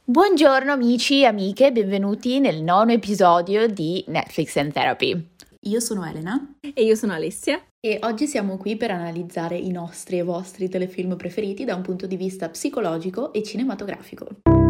Buongiorno amici e amiche, benvenuti nel 9º episodio di Netflix and Therapy. Io sono Elena. E io sono Alessia. E oggi siamo qui per analizzare i nostri e vostri telefilm preferiti da un punto di vista psicologico e cinematografico.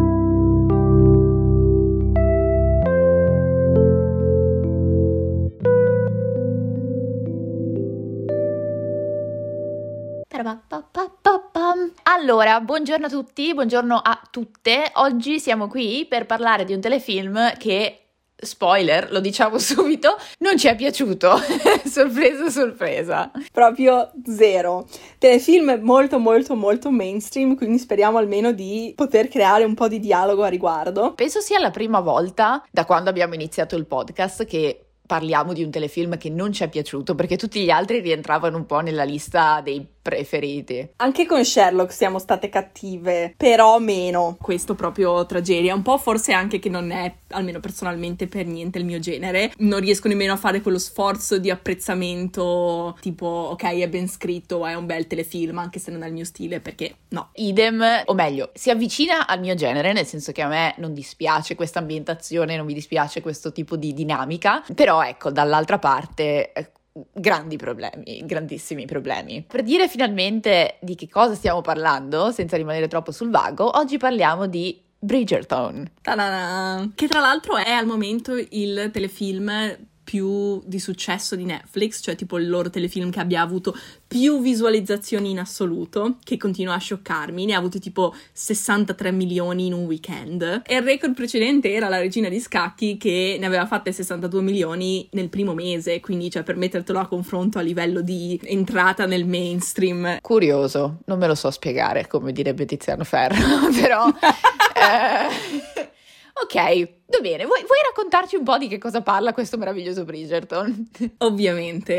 Allora, buongiorno a tutti, buongiorno a tutte. Oggi siamo qui per parlare di un telefilm che, spoiler, lo diciamo subito, non ci è piaciuto. Sorpresa, sorpresa. Proprio zero. Telefilm molto mainstream, quindi speriamo almeno di poter creare un po' di dialogo a riguardo. Penso sia la prima volta da quando abbiamo iniziato il podcast che parliamo di un telefilm che non ci è piaciuto, perché tutti gli altri rientravano un po' nella lista dei preferiti. Anche con Sherlock siamo state cattive, però meno. Questo proprio tragedia, un po' forse anche che non è, almeno personalmente, per niente il mio genere. Non riesco nemmeno a fare quello sforzo di apprezzamento tipo ok, è ben scritto, è un bel telefilm, anche se non è il mio stile, perché no. Idem, o meglio, si avvicina al mio genere, nel senso che a me non dispiace questa ambientazione, non mi dispiace questo tipo di dinamica, però ecco, dall'altra parte grandi problemi, grandissimi problemi. Per dire finalmente di che cosa stiamo parlando, senza rimanere troppo sul vago, oggi parliamo di Bridgerton. Ta-da-da! Che tra l'altro è al momento il telefilm più di successo di Netflix, cioè tipo il loro telefilm che abbia avuto più visualizzazioni in assoluto, che continua a scioccarmi. Ne ha avuto tipo 63 milioni in un weekend, e il record precedente era La Regina di Scacchi, che ne aveva fatte 62 milioni nel primo mese, quindi cioè per mettertelo a confronto a livello di entrata nel mainstream. Curioso, non me lo so spiegare, come direbbe Tiziano Ferro, però ok, va bene, vuoi raccontarci un po' di che cosa parla questo meraviglioso Bridgerton? Ovviamente.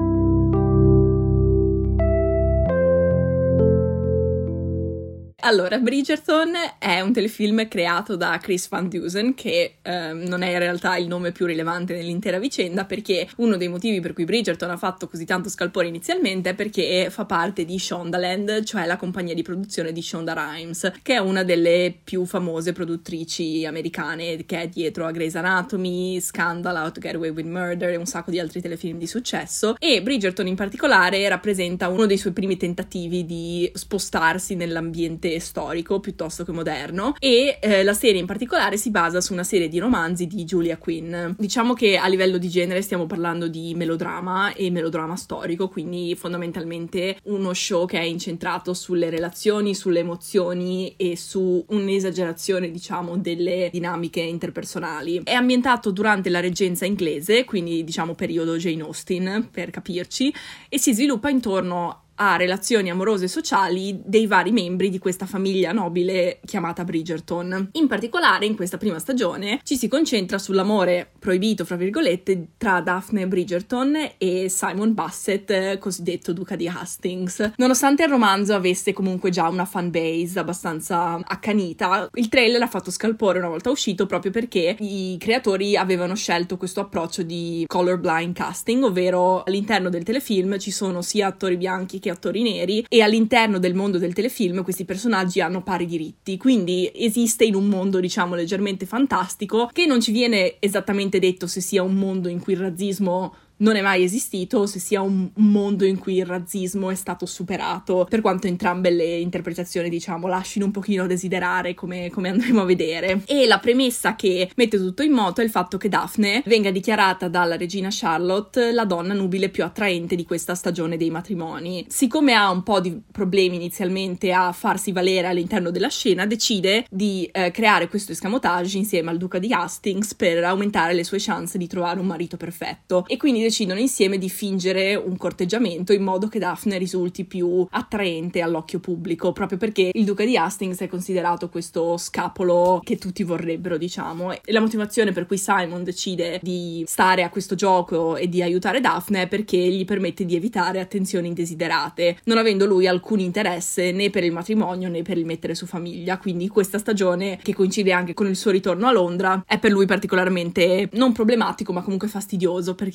Allora, Bridgerton è un telefilm creato da Chris Van Dusen, che non è in realtà il nome più rilevante nell'intera vicenda, perché uno dei motivi per cui Bridgerton ha fatto così tanto scalpore inizialmente è perché fa parte di Shondaland, cioè la compagnia di produzione di Shonda Rhimes, che è una delle più famose produttrici americane, che è dietro a Grey's Anatomy, Scandal, How to Get Away with Murder e un sacco di altri telefilm di successo. E Bridgerton in particolare rappresenta uno dei suoi primi tentativi di spostarsi nell'ambiente storico piuttosto che moderno, e la serie in particolare si basa su una serie di romanzi di Julia Quinn. Diciamo che a livello di genere stiamo parlando di melodrama e melodrama storico, quindi fondamentalmente uno show che è incentrato sulle relazioni, sulle emozioni e su un'esagerazione, diciamo, delle dinamiche interpersonali. È ambientato durante la reggenza inglese, quindi diciamo periodo Jane Austen per capirci, e si sviluppa intorno a relazioni amorose e sociali dei vari membri di questa famiglia nobile chiamata Bridgerton. In particolare, in questa prima stagione, ci si concentra sull'amore proibito, fra virgolette, tra Daphne Bridgerton e Simon Basset, cosiddetto duca di Hastings. Nonostante il romanzo avesse comunque già una fanbase abbastanza accanita, il trailer ha fatto scalpore una volta uscito, proprio perché i creatori avevano scelto questo approccio di colorblind casting, ovvero all'interno del telefilm ci sono sia attori bianchi che attori neri, e all'interno del mondo del telefilm questi personaggi hanno pari diritti, quindi esiste in un mondo, diciamo, leggermente fantastico, che non ci viene esattamente detto se sia un mondo in cui il razzismo non è mai esistito, se sia un mondo in cui il razzismo è stato superato, per quanto entrambe le interpretazioni, diciamo, lasciano un pochino a desiderare, come andremo a vedere. E la premessa che mette tutto in moto è il fatto che Daphne venga dichiarata dalla regina Charlotte la donna nubile più attraente di questa stagione dei matrimoni. Siccome ha un po' di problemi inizialmente a farsi valere all'interno della scena, decide di creare questo escamotage insieme al duca di Hastings per aumentare le sue chance di trovare un marito perfetto, e quindi decidono insieme di fingere un corteggiamento in modo che Daphne risulti più attraente all'occhio pubblico, proprio perché il duca di Hastings è considerato questo scapolo che tutti vorrebbero, diciamo. E la motivazione per cui Simon decide di stare a questo gioco e di aiutare Daphne è perché gli permette di evitare attenzioni indesiderate, non avendo lui alcun interesse né per il matrimonio né per il mettere su famiglia. Quindi questa stagione, che coincide anche con il suo ritorno a Londra, è per lui particolarmente non problematico ma comunque fastidioso, perché non vuole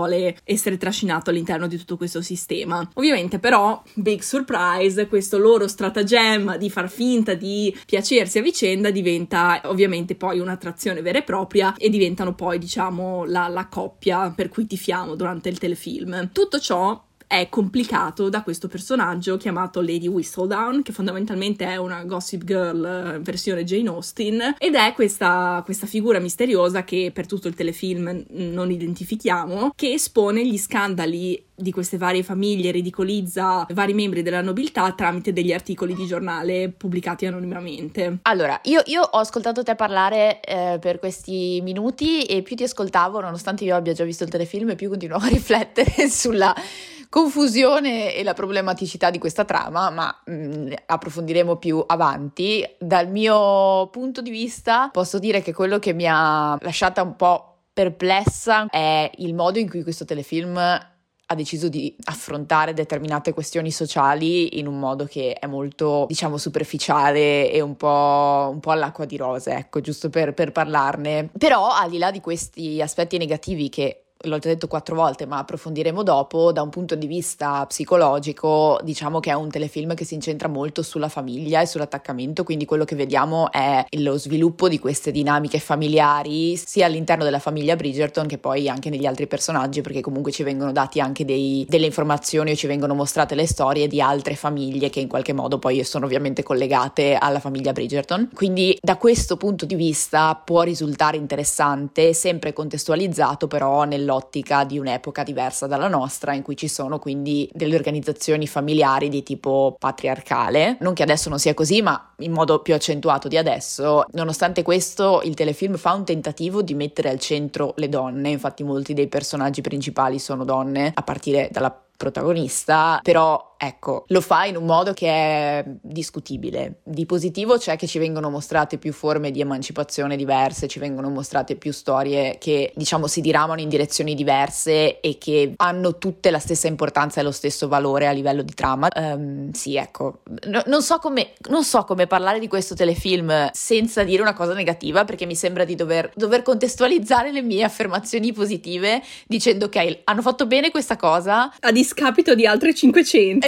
vuole essere trascinato all'interno di tutto questo sistema. Ovviamente però, big surprise, questo loro stratagemma di far finta di piacersi a vicenda diventa ovviamente poi un'attrazione vera e propria e diventano poi, diciamo, la coppia per cui tifiamo durante il telefilm. Tutto ciò è complicato da questo personaggio chiamato Lady Whistledown, che fondamentalmente è una Gossip Girl versione Jane Austen, ed è questa figura misteriosa che per tutto il telefilm non identifichiamo, che espone gli scandali di queste varie famiglie, ridicolizza vari membri della nobiltà tramite degli articoli di giornale pubblicati anonimamente. Allora, io ho ascoltato te parlare per questi minuti e più ti ascoltavo, nonostante io abbia già visto il telefilm, e più continuavo a riflettere sulla confusione e la problematicità di questa trama, ma approfondiremo più avanti. Dal mio punto di vista posso dire che quello che mi ha lasciata un po' perplessa è il modo in cui questo telefilm ha deciso di affrontare determinate questioni sociali in un modo che è molto, diciamo, superficiale e un po' all'acqua di rose, ecco, giusto per parlarne. Però al di là di questi aspetti negativi che l'ho già detto 4 volte, ma approfondiremo dopo, da un punto di vista psicologico, diciamo che è un telefilm che si incentra molto sulla famiglia e sull'attaccamento, quindi quello che vediamo è lo sviluppo di queste dinamiche familiari, sia all'interno della famiglia Bridgerton che poi anche negli altri personaggi, perché comunque ci vengono dati anche delle informazioni o ci vengono mostrate le storie di altre famiglie che in qualche modo poi sono ovviamente collegate alla famiglia Bridgerton. Quindi da questo punto di vista può risultare interessante, sempre contestualizzato però nell'ottica di un'epoca diversa dalla nostra, in cui ci sono quindi delle organizzazioni familiari di tipo patriarcale. Non che adesso non sia così, ma in modo più accentuato di adesso. Nonostante questo, il telefilm fa un tentativo di mettere al centro le donne, infatti molti dei personaggi principali sono donne, a partire dalla protagonista, però ecco, lo fa in un modo che è discutibile. Di positivo c'è che ci vengono mostrate più forme di emancipazione diverse, ci vengono mostrate più storie che, diciamo, si diramano in direzioni diverse e che hanno tutte la stessa importanza e lo stesso valore a livello di trama. Sì, ecco, non so come parlare di questo telefilm senza dire una cosa negativa, perché mi sembra di dover contestualizzare le mie affermazioni positive dicendo ok, hanno fatto bene questa cosa a discapito di altre 500.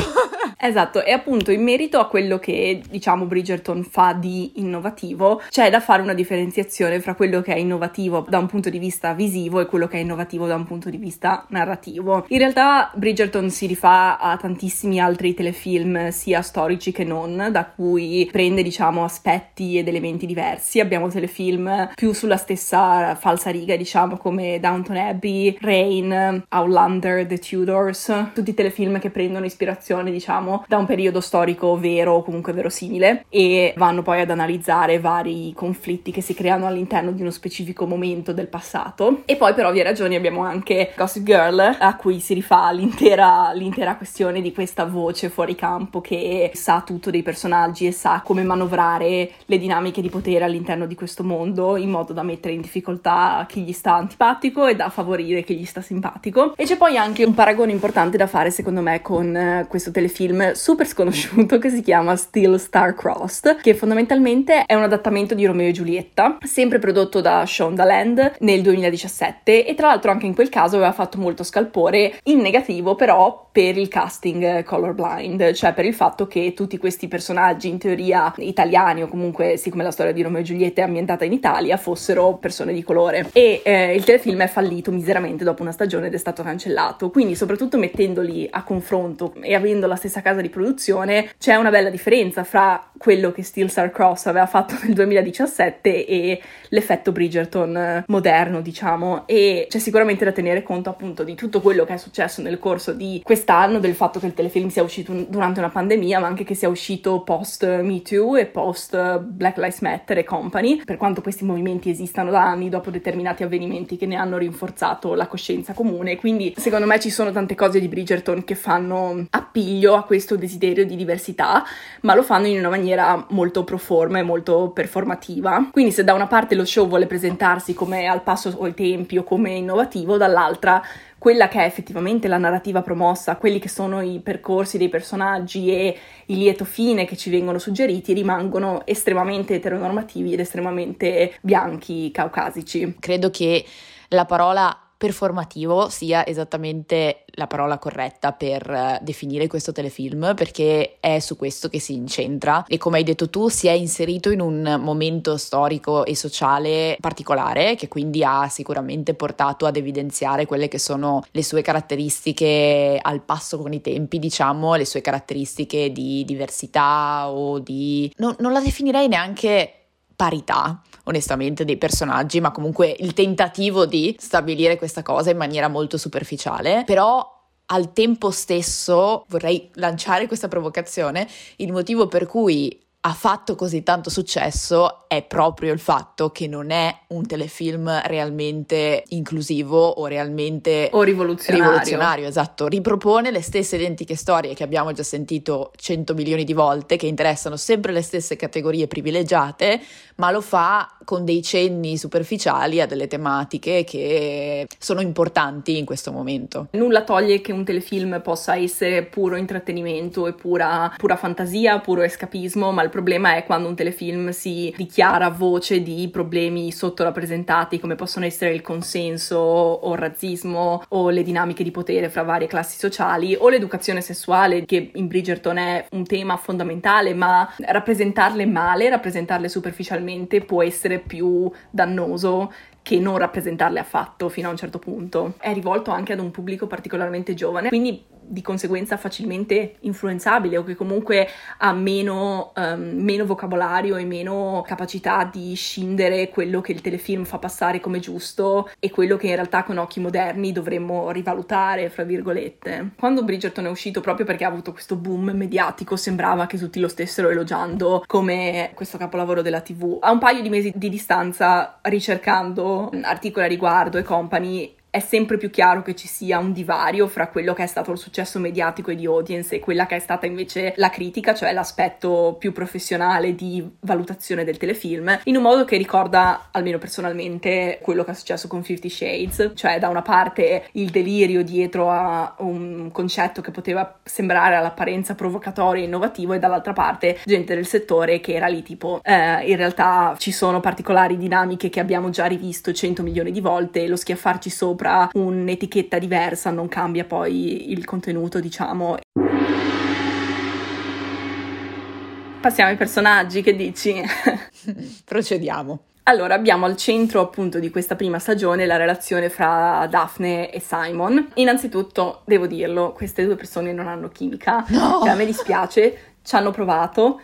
Esatto, e appunto in merito a quello che, diciamo, Bridgerton fa di innovativo, c'è da fare una differenziazione fra quello che è innovativo da un punto di vista visivo e quello che è innovativo da un punto di vista narrativo. In realtà Bridgerton si rifà a tantissimi altri telefilm, sia storici che non, da cui prende, diciamo, aspetti ed elementi diversi. Abbiamo telefilm più sulla stessa falsariga, diciamo, come Downton Abbey, Reign, Outlander, The Tudors, tutti i telefilm che prendono ispirazione, diciamo, da un periodo storico vero o comunque verosimile e vanno poi ad analizzare vari conflitti che si creano all'interno di uno specifico momento del passato. E poi per ovvie ragioni abbiamo anche Gossip Girl, a cui si rifà l'intera questione di questa voce fuori campo che sa tutto dei personaggi e sa come manovrare le dinamiche di potere all'interno di questo mondo in modo da mettere in difficoltà chi gli sta antipatico e da favorire chi gli sta simpatico. E c'è poi anche un paragone importante da fare secondo me con questo telefilm super sconosciuto che si chiama Still Star-Crossed, che fondamentalmente è un adattamento di Romeo e Giulietta, sempre prodotto da Shonda Land nel 2017, e tra l'altro anche in quel caso aveva fatto molto scalpore, in negativo però per il casting colorblind, cioè per il fatto che tutti questi personaggi in teoria italiani, o comunque siccome la storia di Romeo e Giulietta è ambientata in Italia, fossero persone di colore. E il telefilm è fallito miseramente dopo una stagione ed è stato cancellato, quindi soprattutto mettendoli a confronto e avendo la stessa casa di produzione c'è una bella differenza fra quello che Still Star-Crossed aveva fatto nel 2017 e l'effetto Bridgerton moderno, diciamo. E c'è sicuramente da tenere conto appunto di tutto quello che è successo nel corso di quest'anno, del fatto che il telefilm sia uscito durante una pandemia, ma anche che sia uscito post Me Too e post Black Lives Matter e company, per quanto questi movimenti esistano da anni dopo determinati avvenimenti che ne hanno rinforzato la coscienza comune. Quindi secondo me ci sono tante cose di Bridgerton che fanno appiglio a questo desiderio di diversità, ma lo fanno in una maniera molto pro forma e molto performativa. Quindi se da una parte lo show vuole presentarsi come al passo coi tempi o come innovativo, dall'altra quella che è effettivamente la narrativa promossa, quelli che sono i percorsi dei personaggi e il lieto fine che ci vengono suggeriti rimangono estremamente eteronormativi ed estremamente bianchi, caucasici. Credo che la parola performativo sia esattamente la parola corretta per definire questo telefilm, perché è su questo che si incentra e, come hai detto tu, si è inserito in un momento storico e sociale particolare, che quindi ha sicuramente portato ad evidenziare quelle che sono le sue caratteristiche al passo con i tempi, diciamo, le sue caratteristiche di diversità o di... non la definirei neanche parità, onestamente, dei personaggi, ma comunque il tentativo di stabilire questa cosa in maniera molto superficiale. Però al tempo stesso vorrei lanciare questa provocazione: il motivo per cui ha fatto così tanto successo è proprio il fatto che non è un telefilm realmente inclusivo o realmente rivoluzionario, esatto. Ripropone le stesse identiche storie che abbiamo già sentito 100 milioni di volte, che interessano sempre le stesse categorie privilegiate, ma lo fa con dei cenni superficiali a delle tematiche che sono importanti in questo momento. Nulla toglie che un telefilm possa essere puro intrattenimento e pura fantasia, puro escapismo, ma il problema è quando un telefilm si dichiara voce di problemi sottorappresentati, come possono essere il consenso o il razzismo o le dinamiche di potere fra varie classi sociali o l'educazione sessuale, che in Bridgerton è un tema fondamentale, ma rappresentarle male, rappresentarle superficialmente può essere più dannoso che non rappresentarle affatto fino a un certo punto. È rivolto anche ad un pubblico particolarmente giovane, quindi di conseguenza facilmente influenzabile, o che comunque ha meno vocabolario e meno capacità di scindere quello che il telefilm fa passare come giusto e quello che in realtà con occhi moderni dovremmo rivalutare, fra virgolette. Quando Bridgerton è uscito, proprio perché ha avuto questo boom mediatico, sembrava che tutti lo stessero elogiando come questo capolavoro della TV. A un paio di mesi di distanza, ricercando articoli a riguardo e company, è sempre più chiaro che ci sia un divario fra quello che è stato il successo mediatico e di audience e quella che è stata invece la critica, cioè l'aspetto più professionale di valutazione del telefilm, in un modo che ricorda, almeno personalmente, quello che è successo con 50 Shades, cioè da una parte il delirio dietro a un concetto che poteva sembrare all'apparenza provocatorio e innovativo, e dall'altra parte gente del settore che era lì tipo in realtà ci sono particolari dinamiche che abbiamo già rivisto 100 milioni di volte, e lo schiaffarci sopra un'etichetta diversa non cambia poi il contenuto, diciamo. Passiamo ai personaggi, che dici? Procediamo. Allora, abbiamo al centro appunto di questa prima stagione la relazione fra Daphne e Simon. Innanzitutto, devo dirlo, queste due persone non hanno chimica. No! Cioè, a me dispiace, ci hanno provato,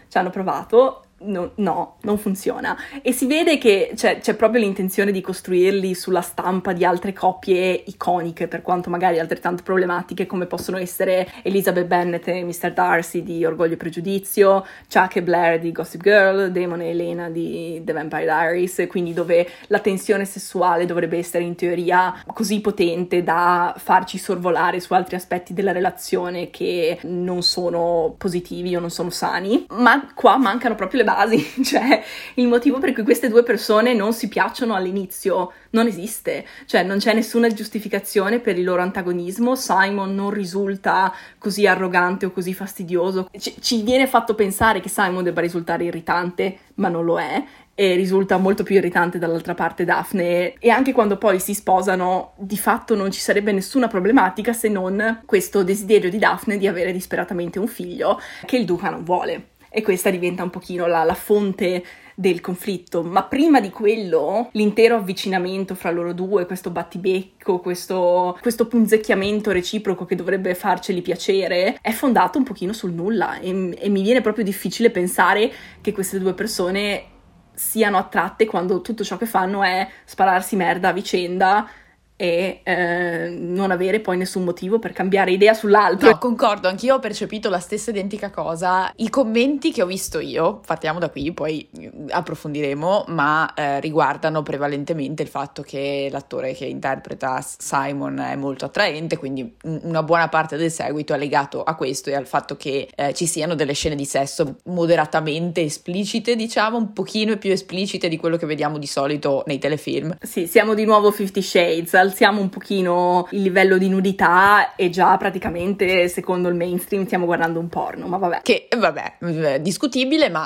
no, non funziona, e si vede che c'è proprio l'intenzione di costruirli sulla stampa di altre coppie iconiche, per quanto magari altrettanto problematiche, come possono essere Elizabeth Bennet e Mr. Darcy di Orgoglio e Pregiudizio, Chuck e Blair di Gossip Girl, Damon e Elena di The Vampire Diaries, quindi dove la tensione sessuale dovrebbe essere in teoria così potente da farci sorvolare su altri aspetti della relazione che non sono positivi o non sono sani. Ma qua mancano proprio le basi, cioè il motivo per cui queste due persone non si piacciono all'inizio non esiste, cioè non c'è nessuna giustificazione per il loro antagonismo. Simon non risulta così arrogante o così fastidioso, ci viene fatto pensare che Simon debba risultare irritante, ma non lo è, e risulta molto più irritante dall'altra parte Daphne, e anche quando poi si sposano di fatto non ci sarebbe nessuna problematica se non questo desiderio di Daphne di avere disperatamente un figlio che il duca non vuole. E questa diventa un pochino la fonte del conflitto. Ma prima di quello, l'intero avvicinamento fra loro due, questo battibecco, questo punzecchiamento reciproco che dovrebbe farceli piacere, è fondato un pochino sul nulla, e mi viene proprio difficile pensare che queste due persone siano attratte quando tutto ciò che fanno è spararsi merda a vicenda e non avere poi nessun motivo per cambiare idea sull'altro. No, concordo, anch'io ho percepito la stessa identica cosa. I commenti che ho visto io, partiamo da qui, poi approfondiremo, ma riguardano prevalentemente il fatto che l'attore che interpreta Simon è molto attraente, quindi una buona parte del seguito è legato a questo e al fatto che ci siano delle scene di sesso moderatamente esplicite, diciamo, un pochino più esplicite di quello che vediamo di solito nei telefilm. Sì, siamo di nuovo 50 Shades, alziamo un pochino il livello di nudità e già praticamente secondo il mainstream stiamo guardando un porno, ma vabbè. Che vabbè, discutibile, ma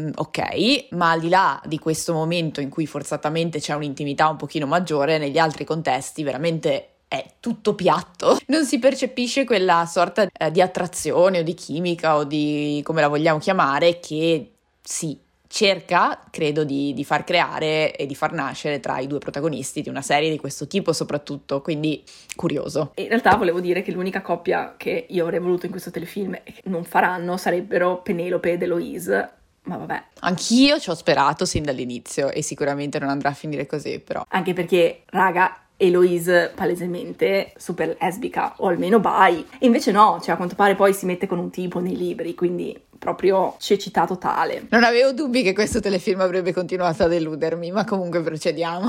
ok, ma al di là di questo momento in cui forzatamente c'è un'intimità un pochino maggiore, negli altri contesti veramente è tutto piatto, non si percepisce quella sorta di attrazione o di chimica o di come la vogliamo chiamare che si cerca, credo, di far creare e di far nascere tra i due protagonisti di una serie di questo tipo soprattutto, quindi curioso. In realtà volevo dire che l'unica coppia che io avrei voluto in questo telefilm e che non faranno sarebbero Penelope ed Eloise. Ma vabbè. Anch'io ci ho sperato sin dall'inizio e sicuramente non andrà a finire così, però. Anche perché, raga, Eloise palesemente super lesbica, o almeno bi. E invece no, cioè a quanto pare poi si mette con un tipo nei libri, quindi proprio cecità totale. Non avevo dubbi che questo telefilm avrebbe continuato a deludermi, ma comunque procediamo.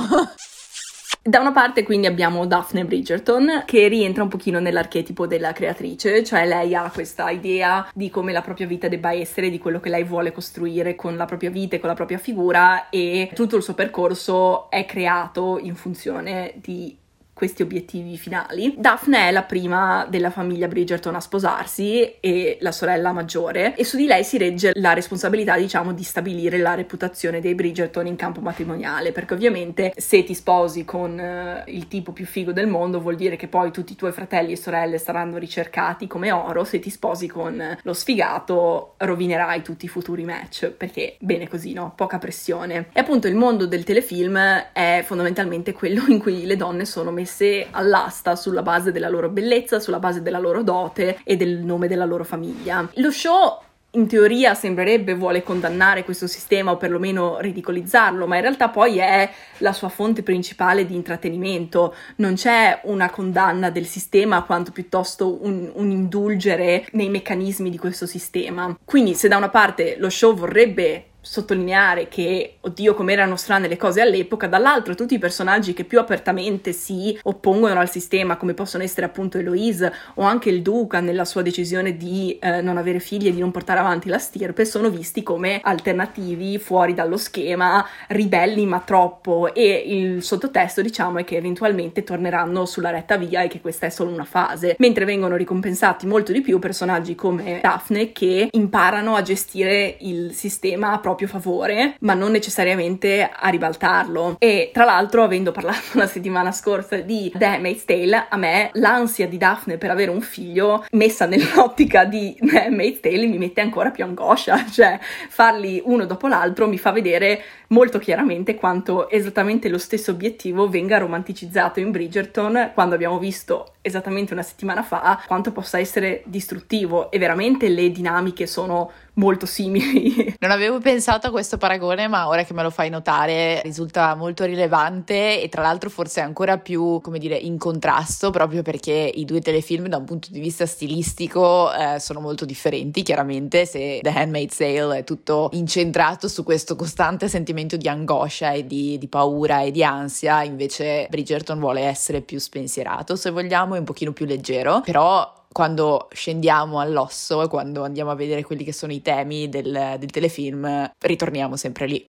Da una parte quindi abbiamo Daphne Bridgerton che rientra un pochino nell'archetipo della creatrice, cioè lei ha questa idea di come la propria vita debba essere, di quello che lei vuole costruire con la propria vita e con la propria figura, e tutto il suo percorso è creato in funzione di questi obiettivi finali. Daphne è la prima della famiglia Bridgerton a sposarsi e la sorella maggiore, e su di lei si regge la responsabilità, diciamo, di stabilire la reputazione dei Bridgerton in campo matrimoniale, perché ovviamente se ti sposi con il tipo più figo del mondo vuol dire che poi tutti i tuoi fratelli e sorelle saranno ricercati come oro, se ti sposi con lo sfigato rovinerai tutti i futuri match, perché bene così, no? Poca pressione. E appunto il mondo del telefilm è fondamentalmente quello in cui le donne sono messe all'asta sulla base della loro bellezza, sulla base della loro dote e del nome della loro famiglia. Lo show in teoria sembrerebbe vuole condannare questo sistema o perlomeno ridicolizzarlo, ma in realtà poi è la sua fonte principale di intrattenimento. Non c'è una condanna del sistema quanto piuttosto un indulgere nei meccanismi di questo sistema. Quindi se da una parte lo show vorrebbe sottolineare che, oddio, come erano strane le cose all'epoca, dall'altro tutti i personaggi che più apertamente si oppongono al sistema, come possono essere appunto Eloise o anche il duca nella sua decisione di non avere figli e di non portare avanti la stirpe, sono visti come alternativi, fuori dallo schema, ribelli ma troppo, e il sottotesto, diciamo, è che eventualmente torneranno sulla retta via e che questa è solo una fase, mentre vengono ricompensati molto di più personaggi come Daphne che imparano a gestire il sistema a proprio favore, ma non necessariamente a ribaltarlo. E tra l'altro, avendo parlato la settimana scorsa di The Handmaid's Tale, a me l'ansia di Daphne per avere un figlio messa nell'ottica di The Handmaid's Tale mi mette ancora più angoscia, cioè farli uno dopo l'altro mi fa vedere molto chiaramente quanto esattamente lo stesso obiettivo venga romanticizzato in Bridgerton, quando abbiamo visto esattamente una settimana fa quanto possa essere distruttivo, e veramente le dinamiche sono molto simili. Non avevo pensato a questo paragone, ma ora che me lo fai notare risulta molto rilevante, e tra l'altro forse ancora più, come dire, in contrasto, proprio perché i due telefilm da un punto di vista stilistico sono molto differenti. Chiaramente se The Handmaid's Tale è tutto incentrato su questo costante sentimento di angoscia e di paura e di ansia, invece Bridgerton vuole essere più spensierato, se vogliamo, e un pochino più leggero, però quando scendiamo all'osso e quando andiamo a vedere quelli che sono i temi del telefilm, ritorniamo sempre lì.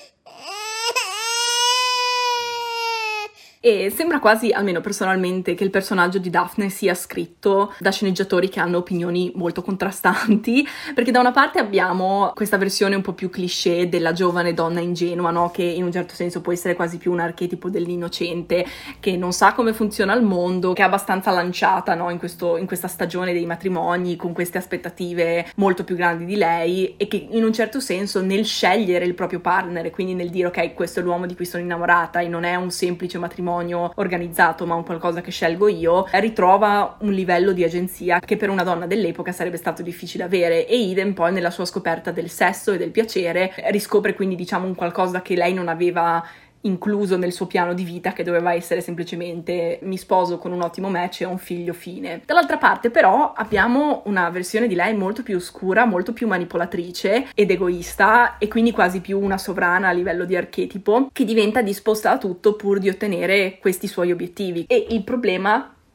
E sembra quasi, almeno personalmente, che il personaggio di Daphne sia scritto da sceneggiatori che hanno opinioni molto contrastanti, perché da una parte abbiamo questa versione un po' più cliché della giovane donna ingenua, no? Che in un certo senso può essere quasi più un archetipo dell'innocente, che non sa come funziona il mondo, che è abbastanza lanciata, no? in questa stagione dei matrimoni, con queste aspettative molto più grandi di lei, e che in un certo senso nel scegliere il proprio partner, e quindi nel dire ok, questo è l'uomo di cui sono innamorata e non è un semplice matrimonio organizzato ma un qualcosa che scelgo io, ritrova un livello di agenzia che per una donna dell'epoca sarebbe stato difficile avere, e idem poi nella sua scoperta del sesso e del piacere riscopre quindi, diciamo, un qualcosa che lei non aveva incluso nel suo piano di vita, che doveva essere semplicemente mi sposo con un ottimo match e ho un figlio, fine. Dall'altra parte però abbiamo una versione di lei molto più oscura, molto più manipolatrice ed egoista, e quindi quasi più una sovrana a livello di archetipo, che diventa disposta a tutto pur di ottenere questi suoi obiettivi. E il problema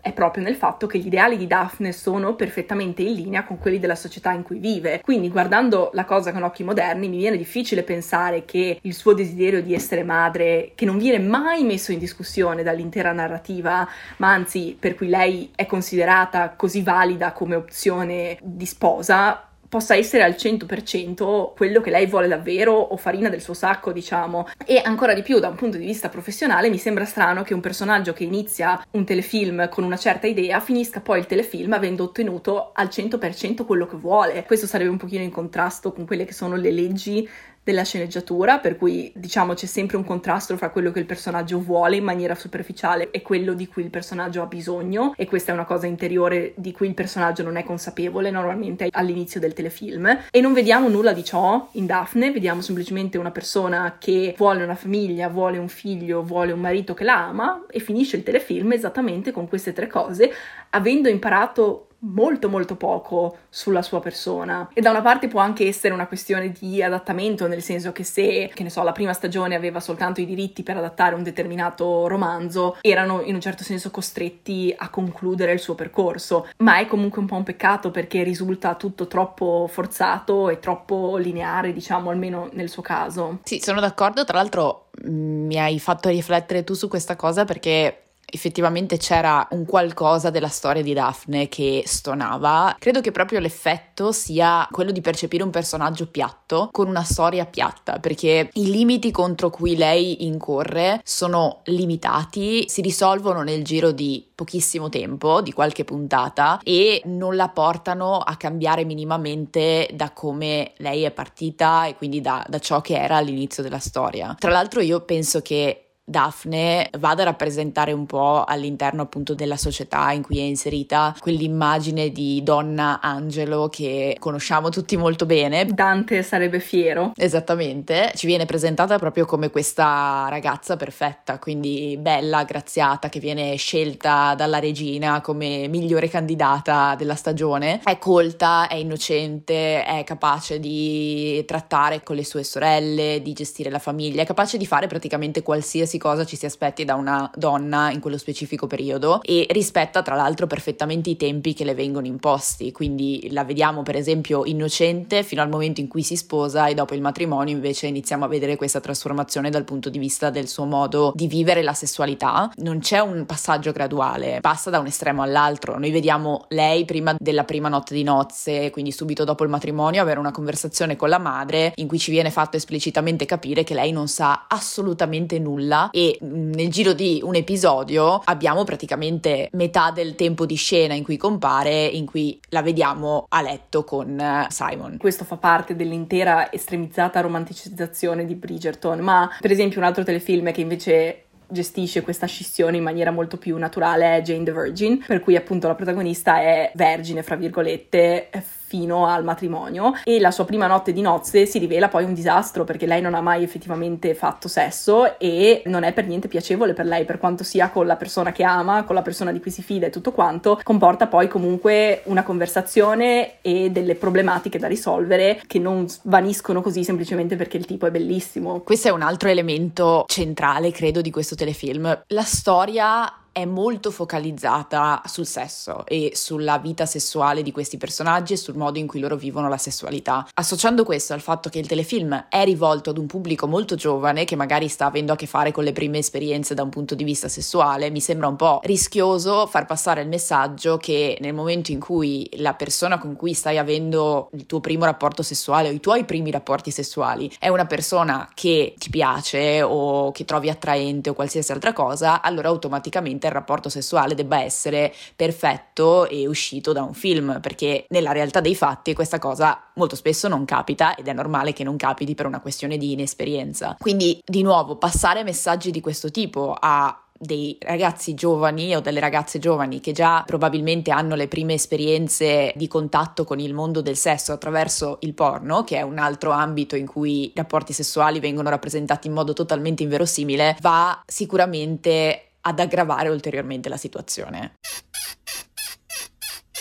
è proprio nel fatto che gli ideali di Daphne sono perfettamente in linea con quelli della società in cui vive. Quindi, guardando la cosa con occhi moderni, mi viene difficile pensare che il suo desiderio di essere madre, che non viene mai messo in discussione dall'intera narrativa, ma anzi per cui lei è considerata così valida come opzione di sposa, possa essere al 100% quello che lei vuole davvero, o farina del suo sacco, diciamo. E ancora di più, da un punto di vista professionale, mi sembra strano che un personaggio che inizia un telefilm con una certa idea finisca poi il telefilm avendo ottenuto al 100% quello che vuole. Questo sarebbe un pochino in contrasto con quelle che sono le leggi della sceneggiatura, per cui diciamo c'è sempre un contrasto fra quello che il personaggio vuole in maniera superficiale e quello di cui il personaggio ha bisogno, e questa è una cosa interiore di cui il personaggio non è consapevole normalmente all'inizio del telefilm, e non vediamo nulla di ciò in Daphne. Vediamo semplicemente una persona che vuole una famiglia, vuole un figlio, vuole un marito che la ama, e finisce il telefilm esattamente con queste tre cose, avendo imparato molto molto poco sulla sua persona. E da una parte può anche essere una questione di adattamento, nel senso che se, che ne so, la prima stagione aveva soltanto i diritti per adattare un determinato romanzo, erano in un certo senso costretti a concludere il suo percorso, ma è comunque un po' un peccato perché risulta tutto troppo forzato e troppo lineare, diciamo, almeno nel suo caso. Sì, sono d'accordo. Tra l'altro mi hai fatto riflettere tu su questa cosa, perché effettivamente c'era un qualcosa della storia di Daphne che stonava. Credo che proprio l'effetto sia quello di percepire un personaggio piatto con una storia piatta, perché i limiti contro cui lei incorre sono limitati, si risolvono nel giro di pochissimo tempo, di qualche puntata, e non la portano a cambiare minimamente da come lei è partita e quindi da ciò che era all'inizio della storia. Tra l'altro io penso che Daphne vada a rappresentare un po' all'interno appunto della società in cui è inserita quell'immagine di donna angelo che conosciamo tutti molto bene. Dante sarebbe fiero. Esattamente, ci viene presentata proprio come questa ragazza perfetta, quindi bella, graziata, che viene scelta dalla regina come migliore candidata della stagione. È colta, è innocente, è capace di trattare con le sue sorelle, di gestire la famiglia, è capace di fare praticamente qualsiasi cosa ci si aspetti da una donna in quello specifico periodo, e rispetta tra l'altro perfettamente i tempi che le vengono imposti. Quindi la vediamo per esempio innocente fino al momento in cui si sposa, e dopo il matrimonio invece iniziamo a vedere questa trasformazione dal punto di vista del suo modo di vivere la sessualità. Non c'è un passaggio graduale, passa da un estremo all'altro. Noi vediamo lei prima della prima notte di nozze, quindi subito dopo il matrimonio, avere una conversazione con la madre in cui ci viene fatto esplicitamente capire che lei non sa assolutamente nulla, e nel giro di un episodio abbiamo praticamente metà del tempo di scena in cui compare, in cui la vediamo a letto con Simon. Questo fa parte dell'intera estremizzata romanticizzazione di Bridgerton, ma per esempio un altro telefilm che invece gestisce questa scissione in maniera molto più naturale è Jane the Virgin, per cui appunto la protagonista è vergine, fra virgolette, fino al matrimonio, e la sua prima notte di nozze si rivela poi un disastro perché lei non ha mai effettivamente fatto sesso e non è per niente piacevole per lei, per quanto sia con la persona che ama, con la persona di cui si fida e tutto quanto. Comporta poi comunque una conversazione e delle problematiche da risolvere che non svaniscono così semplicemente perché il tipo è bellissimo. Questo è un altro elemento centrale, credo, di questo telefilm. La storia è molto focalizzata sul sesso e sulla vita sessuale di questi personaggi e sul modo in cui loro vivono la sessualità. Associando questo al fatto che il telefilm è rivolto ad un pubblico molto giovane che magari sta avendo a che fare con le prime esperienze da un punto di vista sessuale, mi sembra un po' rischioso far passare il messaggio che nel momento in cui la persona con cui stai avendo il tuo primo rapporto sessuale o i tuoi primi rapporti sessuali è una persona che ti piace o che trovi attraente o qualsiasi altra cosa, allora automaticamente il rapporto sessuale debba essere perfetto e uscito da un film, perché nella realtà dei fatti questa cosa molto spesso non capita ed è normale che non capiti per una questione di inesperienza. Quindi di nuovo passare messaggi di questo tipo a dei ragazzi giovani o delle ragazze giovani che già probabilmente hanno le prime esperienze di contatto con il mondo del sesso attraverso il porno, che è un altro ambito in cui i rapporti sessuali vengono rappresentati in modo totalmente inverosimile, va sicuramente ad aggravare ulteriormente la situazione.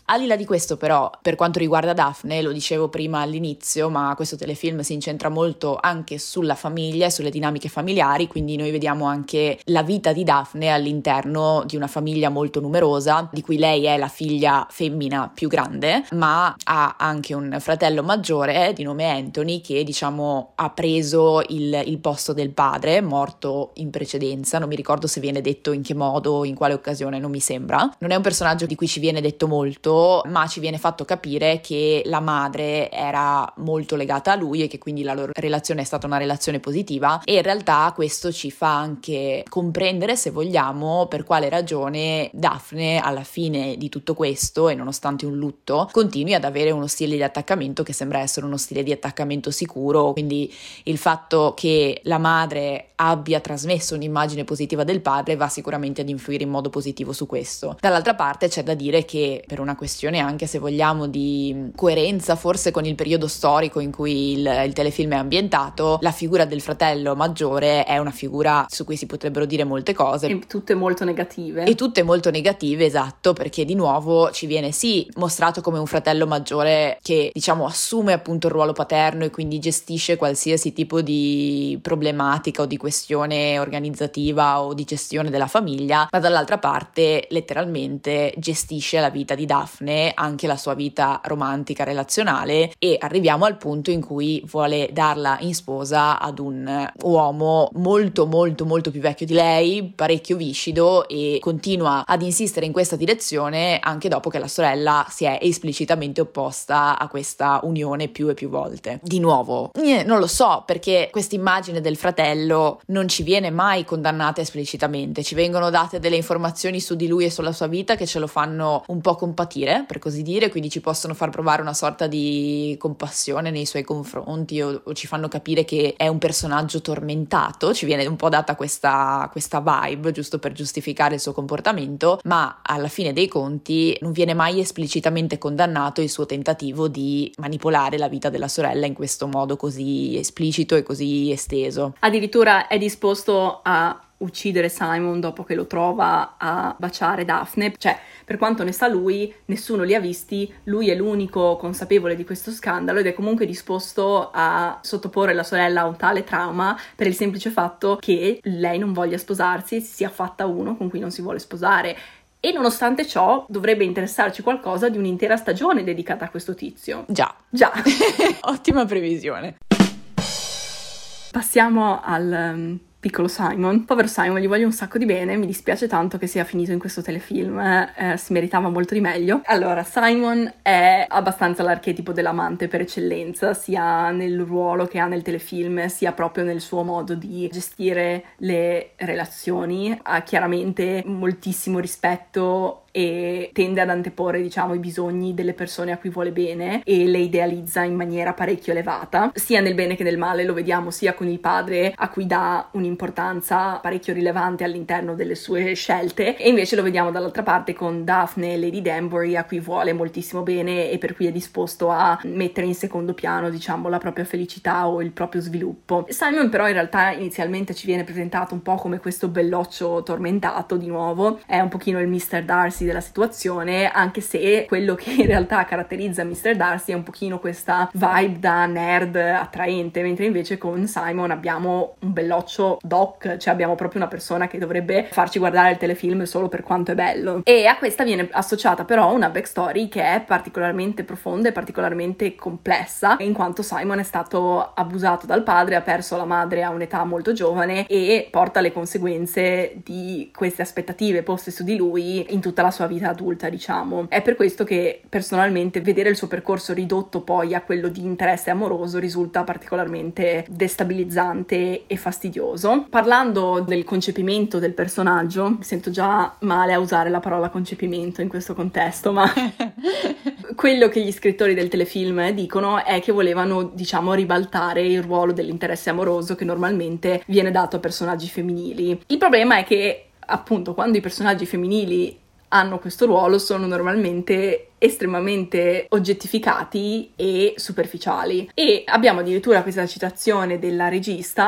Al di là di questo però, per quanto riguarda Daphne, lo dicevo prima all'inizio, ma questo telefilm si incentra molto anche sulla famiglia e sulle dinamiche familiari, quindi noi vediamo anche la vita di Daphne all'interno di una famiglia molto numerosa, di cui lei è la figlia femmina più grande, ma ha anche un fratello maggiore di nome Anthony che diciamo ha preso il posto del padre, morto in precedenza, non mi ricordo se viene detto in che modo, in quale occasione, non mi sembra. Non è un personaggio di cui ci viene detto molto, ma ci viene fatto capire che la madre era molto legata a lui e che quindi la loro relazione è stata una relazione positiva, e in realtà questo ci fa anche comprendere, se vogliamo, per quale ragione Daphne alla fine di tutto questo, e nonostante un lutto, continui ad avere uno stile di attaccamento che sembra essere uno stile di attaccamento sicuro. Quindi il fatto che la madre abbia trasmesso un'immagine positiva del padre va sicuramente ad influire in modo positivo su questo. Dall'altra parte c'è da dire che, per una questione anche, se vogliamo, di coerenza forse con il periodo storico in cui il telefilm è ambientato, la figura del fratello maggiore è una figura su cui si potrebbero dire molte cose. E tutte molto negative. E tutte molto negative, esatto, perché di nuovo ci viene sì mostrato come un fratello maggiore che diciamo assume appunto il ruolo paterno e quindi gestisce qualsiasi tipo di problematica o di questione organizzativa o di gestione della famiglia, ma dall'altra parte letteralmente gestisce la vita di Daphne, anche la sua vita romantica relazionale, e arriviamo al punto in cui vuole darla in sposa ad un uomo molto molto molto più vecchio di lei, parecchio viscido, e continua ad insistere in questa direzione anche dopo che la sorella si è esplicitamente opposta a questa unione più e più volte. Di nuovo, non lo so, perché questa immagine del fratello non ci viene mai condannata esplicitamente, ci vengono date delle informazioni su di lui e sulla sua vita che ce lo fanno un po' compatire, per così dire, quindi ci possono far provare una sorta di compassione nei suoi confronti o ci fanno capire che è un personaggio tormentato, ci viene un po' data questa vibe giusto per giustificare il suo comportamento, ma alla fine dei conti non viene mai esplicitamente condannato il suo tentativo di manipolare la vita della sorella in questo modo così esplicito e così esteso. Addirittura è disposto a uccidere Simon dopo che lo trova a baciare Daphne. Cioè, per quanto ne sa lui, nessuno li ha visti, lui è l'unico consapevole di questo scandalo ed è comunque disposto a sottoporre la sorella a un tale trauma per il semplice fatto che lei non voglia sposarsi e si sia fatta uno con cui non si vuole sposare. E nonostante ciò dovrebbe interessarci qualcosa di un'intera stagione dedicata a questo tizio. Già. Ottima previsione. Passiamo al piccolo Simon. Povero Simon, gli voglio un sacco di bene, mi dispiace tanto che sia finito in questo telefilm, si meritava molto di meglio. Allora, Simon è abbastanza l'archetipo dell'amante per eccellenza, sia nel ruolo che ha nel telefilm, sia proprio nel suo modo di gestire le relazioni. Ha chiaramente moltissimo rispetto e tende ad anteporre, diciamo, i bisogni delle persone a cui vuole bene e le idealizza in maniera parecchio elevata, sia nel bene che nel male. Lo vediamo sia con il padre, a cui dà un'importanza parecchio rilevante all'interno delle sue scelte, e invece lo vediamo dall'altra parte con Daphne, Lady Danbury, a cui vuole moltissimo bene e per cui è disposto a mettere in secondo piano, diciamo, la propria felicità o il proprio sviluppo. Simon però in realtà inizialmente ci viene presentato un po' come questo belloccio tormentato, di nuovo, è un pochino il Mr. Darcy della situazione, anche se quello che in realtà caratterizza Mr. Darcy è un pochino questa vibe da nerd attraente, mentre invece con Simon abbiamo un belloccio doc, cioè abbiamo proprio una persona che dovrebbe farci guardare il telefilm solo per quanto è bello. E a questa viene associata però una backstory che è particolarmente profonda e particolarmente complessa, in quanto Simon è stato abusato dal padre, ha perso la madre a un'età molto giovane e porta le conseguenze di queste aspettative poste su di lui in tutta la sua vita adulta, diciamo. È per questo che personalmente vedere il suo percorso ridotto poi a quello di interesse amoroso risulta particolarmente destabilizzante e fastidioso. Parlando del concepimento del personaggio, mi sento già male a usare la parola concepimento in questo contesto, ma quello che gli scrittori del telefilm dicono è che volevano, diciamo, ribaltare il ruolo dell'interesse amoroso che normalmente viene dato a personaggi femminili. Il problema è che, appunto, quando i personaggi femminili hanno questo ruolo sono normalmente estremamente oggettificati e superficiali, e abbiamo addirittura questa citazione della regista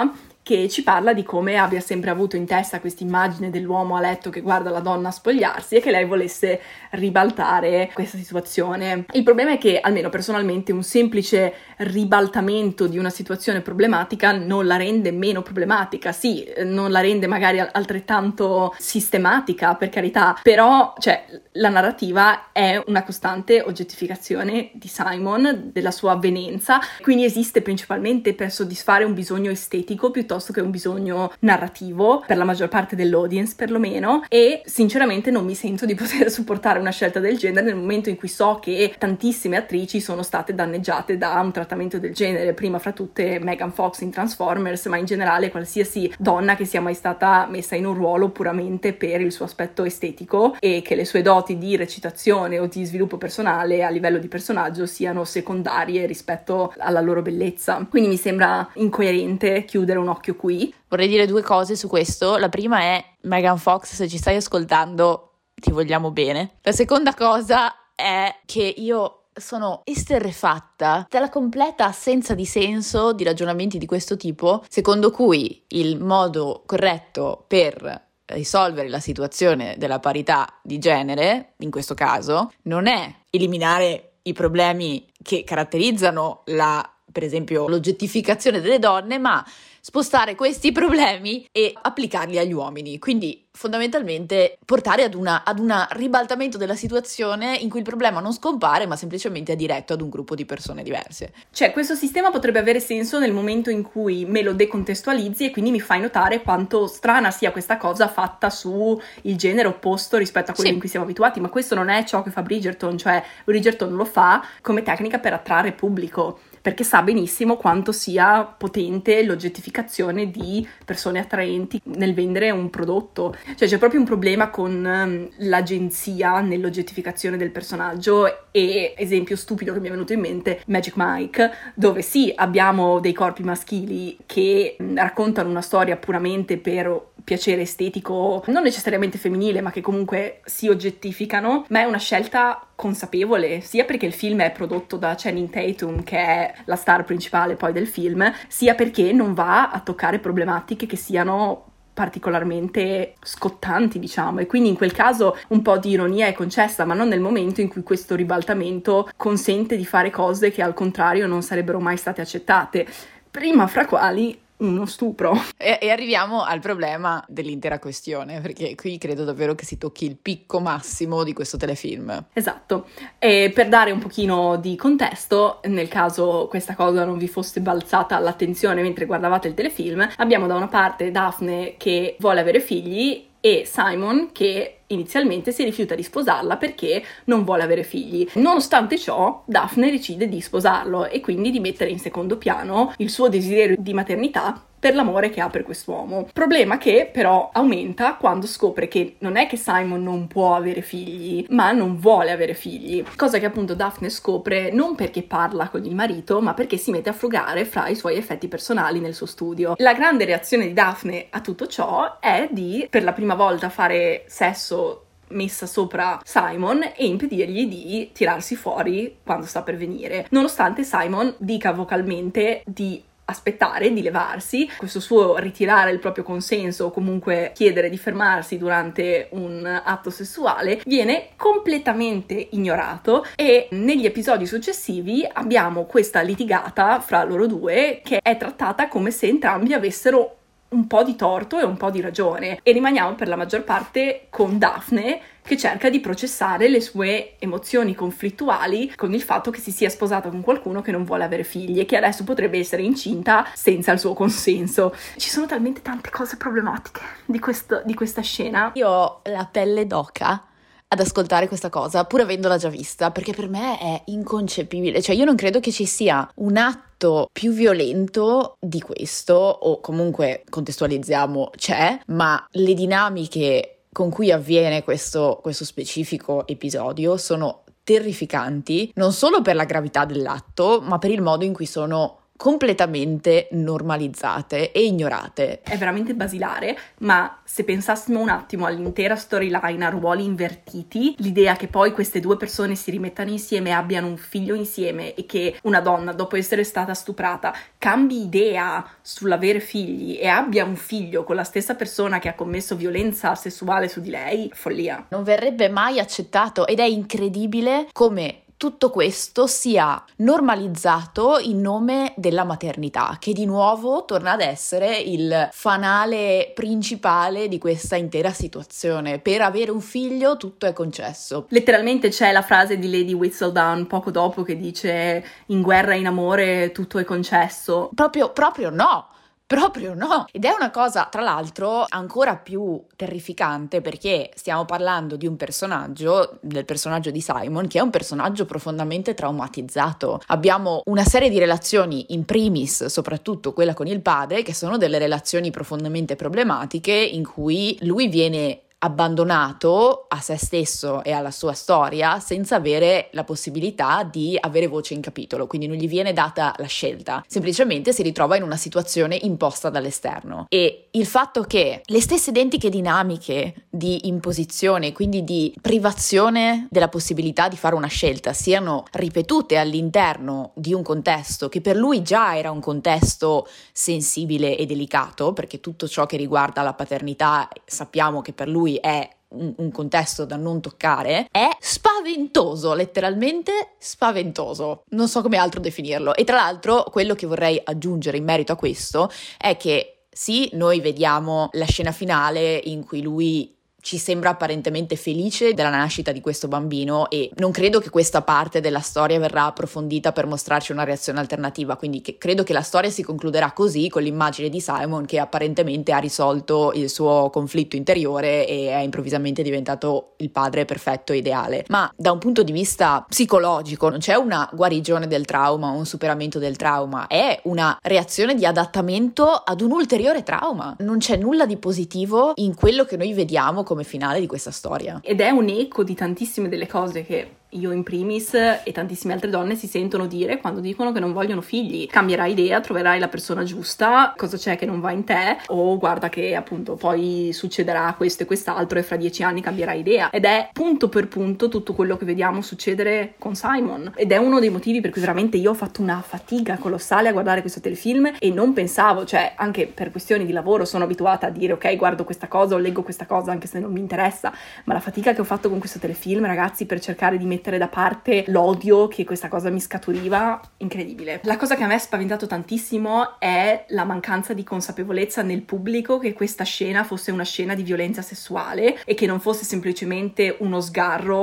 che ci parla di come abbia sempre avuto in testa questa immagine dell'uomo a letto che guarda la donna spogliarsi e che lei volesse ribaltare questa situazione. Il problema è che, almeno personalmente, un semplice ribaltamento di una situazione problematica non la rende meno problematica. Sì, non la rende magari altrettanto sistematica, per carità, però, cioè, la narrativa è una costante oggettificazione di Simon, della sua avvenenza, quindi esiste principalmente per soddisfare un bisogno estetico piuttosto che un bisogno narrativo, per la maggior parte dell'audience perlomeno, e sinceramente non mi sento di poter supportare una scelta del genere nel momento in cui so che tantissime attrici sono state danneggiate da un trattamento del genere, prima fra tutte Megan Fox in Transformers, ma in generale qualsiasi donna che sia mai stata messa in un ruolo puramente per il suo aspetto estetico e che le sue doti di recitazione o di sviluppo personale a livello di personaggio siano secondarie rispetto alla loro bellezza. Quindi mi sembra incoerente chiudere un occhio qui. Vorrei dire due cose su questo. La prima è: Megan Fox, se ci stai ascoltando, ti vogliamo bene. La seconda cosa è che io sono esterrefatta dalla completa assenza di senso di ragionamenti di questo tipo, secondo cui il modo corretto per risolvere la situazione della parità di genere, in questo caso, non è eliminare i problemi che caratterizzano per esempio l'oggettificazione delle donne, ma spostare questi problemi e applicarli agli uomini. Quindi fondamentalmente portare ad un ribaltamento della situazione in cui il problema non scompare, ma semplicemente è diretto ad un gruppo di persone diverse. Cioè, questo sistema potrebbe avere senso nel momento in cui me lo decontestualizzi e quindi mi fai notare quanto strana sia questa cosa fatta su il genere opposto rispetto a quello in cui siamo abituati, ma questo non è ciò che fa Bridgerton. Cioè, Bridgerton lo fa come tecnica per attrarre pubblico, perché sa benissimo quanto sia potente l'oggettificazione di persone attraenti nel vendere un prodotto. Cioè, c'è proprio un problema con l'agenzia nell'oggettificazione del personaggio. E esempio stupido che mi è venuto in mente, Magic Mike, dove sì, abbiamo dei corpi maschili che raccontano una storia puramente per piacere estetico, non necessariamente femminile, ma che comunque si oggettificano, ma è una scelta consapevole, sia perché il film è prodotto da Channing Tatum, che è la star principale poi del film, sia perché non va a toccare problematiche che siano particolarmente scottanti, diciamo, e quindi in quel caso un po' di ironia è concessa, ma non nel momento in cui questo ribaltamento consente di fare cose che al contrario non sarebbero mai state accettate, prima fra quali uno stupro. E arriviamo al problema dell'intera questione, perché qui credo davvero che si tocchi il picco massimo di questo telefilm. Esatto, e per dare un pochino di contesto, nel caso questa cosa non vi fosse balzata all'attenzione mentre guardavate il telefilm, abbiamo da una parte Daphne che vuole avere figli e Simon che inizialmente si rifiuta di sposarla perché non vuole avere figli. Nonostante ciò, Daphne decide di sposarlo e quindi di mettere in secondo piano il suo desiderio di maternità per l'amore che ha per quest'uomo. Problema che però aumenta quando scopre che non è che Simon non può avere figli, ma non vuole avere figli. Cosa che appunto Daphne scopre non perché parla con il marito, ma perché si mette a frugare fra i suoi effetti personali nel suo studio. La grande reazione di Daphne a tutto ciò è di, per la prima volta, fare sesso messa sopra Simon e impedirgli di tirarsi fuori quando sta per venire, nonostante Simon dica vocalmente di aspettare, di levarsi. Questo suo ritirare il proprio consenso o comunque chiedere di fermarsi durante un atto sessuale viene completamente ignorato e negli episodi successivi abbiamo questa litigata fra loro due che è trattata come se entrambi avessero un po' di torto e un po' di ragione, e rimaniamo per la maggior parte con Daphne che cerca di processare le sue emozioni conflittuali con il fatto che si sia sposata con qualcuno che non vuole avere figli e che adesso potrebbe essere incinta senza il suo consenso. Ci sono talmente tante cose problematiche di questa scena. Io ho la pelle d'oca ad ascoltare questa cosa, pur avendola già vista, perché per me è inconcepibile. Cioè, io non credo che ci sia un atto più violento di questo, o comunque, contestualizziamo, c'è, ma le dinamiche con cui avviene questo specifico episodio sono terrificanti, non solo per la gravità dell'atto, ma per il modo in cui sono completamente normalizzate e ignorate. È veramente basilare, ma se pensassimo un attimo all'intera storyline a ruoli invertiti, l'idea che poi queste due persone si rimettano insieme e abbiano un figlio insieme e che una donna, dopo essere stata stuprata, cambi idea sull'avere figli e abbia un figlio con la stessa persona che ha commesso violenza sessuale su di lei, follia. Non verrebbe mai accettato, ed è incredibile come tutto questo sia normalizzato in nome della maternità, che di nuovo torna ad essere il fanale principale di questa intera situazione. Per avere un figlio tutto è concesso. Letteralmente c'è la frase di Lady Whistledown poco dopo che dice: in guerra e in amore tutto è concesso. Proprio no! Proprio no! Ed è una cosa, tra l'altro, ancora più terrificante, perché stiamo parlando di un personaggio, del personaggio di Simon, che è un personaggio profondamente traumatizzato. Abbiamo una serie di relazioni, in primis, soprattutto quella con il padre, che sono delle relazioni profondamente problematiche, in cui lui viene abbandonato a se stesso e alla sua storia senza avere la possibilità di avere voce in capitolo, quindi non gli viene data la scelta, semplicemente si ritrova in una situazione imposta dall'esterno. E il fatto che le stesse identiche dinamiche di imposizione, quindi di privazione della possibilità di fare una scelta, siano ripetute all'interno di un contesto che per lui già era un contesto sensibile e delicato, perché tutto ciò che riguarda la paternità sappiamo che per lui è un contesto da non toccare, è spaventoso, letteralmente spaventoso. Non so come altro definirlo. E tra l'altro quello che vorrei aggiungere in merito a questo è che sì, noi vediamo la scena finale in cui lui ci sembra apparentemente felice della nascita di questo bambino e non credo che questa parte della storia verrà approfondita per mostrarci una reazione alternativa, quindi credo che la storia si concluderà così, con l'immagine di Simon che apparentemente ha risolto il suo conflitto interiore e è improvvisamente diventato il padre perfetto e ideale. Ma da un punto di vista psicologico non c'è una guarigione del trauma o un superamento del trauma, è una reazione di adattamento ad un ulteriore trauma. Non c'è nulla di positivo in quello che noi vediamo come finale di questa storia. Ed è un eco di tantissime delle cose che io in primis e tantissime altre donne si sentono dire quando dicono che non vogliono figli. Cambierai idea, troverai la persona giusta, cosa c'è che non va in te, o guarda che appunto poi succederà questo e quest'altro e fra 10 anni cambierai idea. Ed è punto per punto tutto quello che vediamo succedere con Simon. Ed è uno dei motivi per cui veramente io ho fatto una fatica colossale a guardare questo telefilm e non pensavo, cioè anche per questioni di lavoro sono abituata a dire ok, guardo questa cosa o leggo questa cosa anche se non mi interessa, ma la fatica che ho fatto con questo telefilm, ragazzi, per cercare di mettere da parte l'odio che questa cosa mi scaturiva, incredibile. La cosa che a me ha spaventato tantissimo è la mancanza di consapevolezza nel pubblico che questa scena fosse una scena di violenza sessuale e che non fosse semplicemente uno sgarro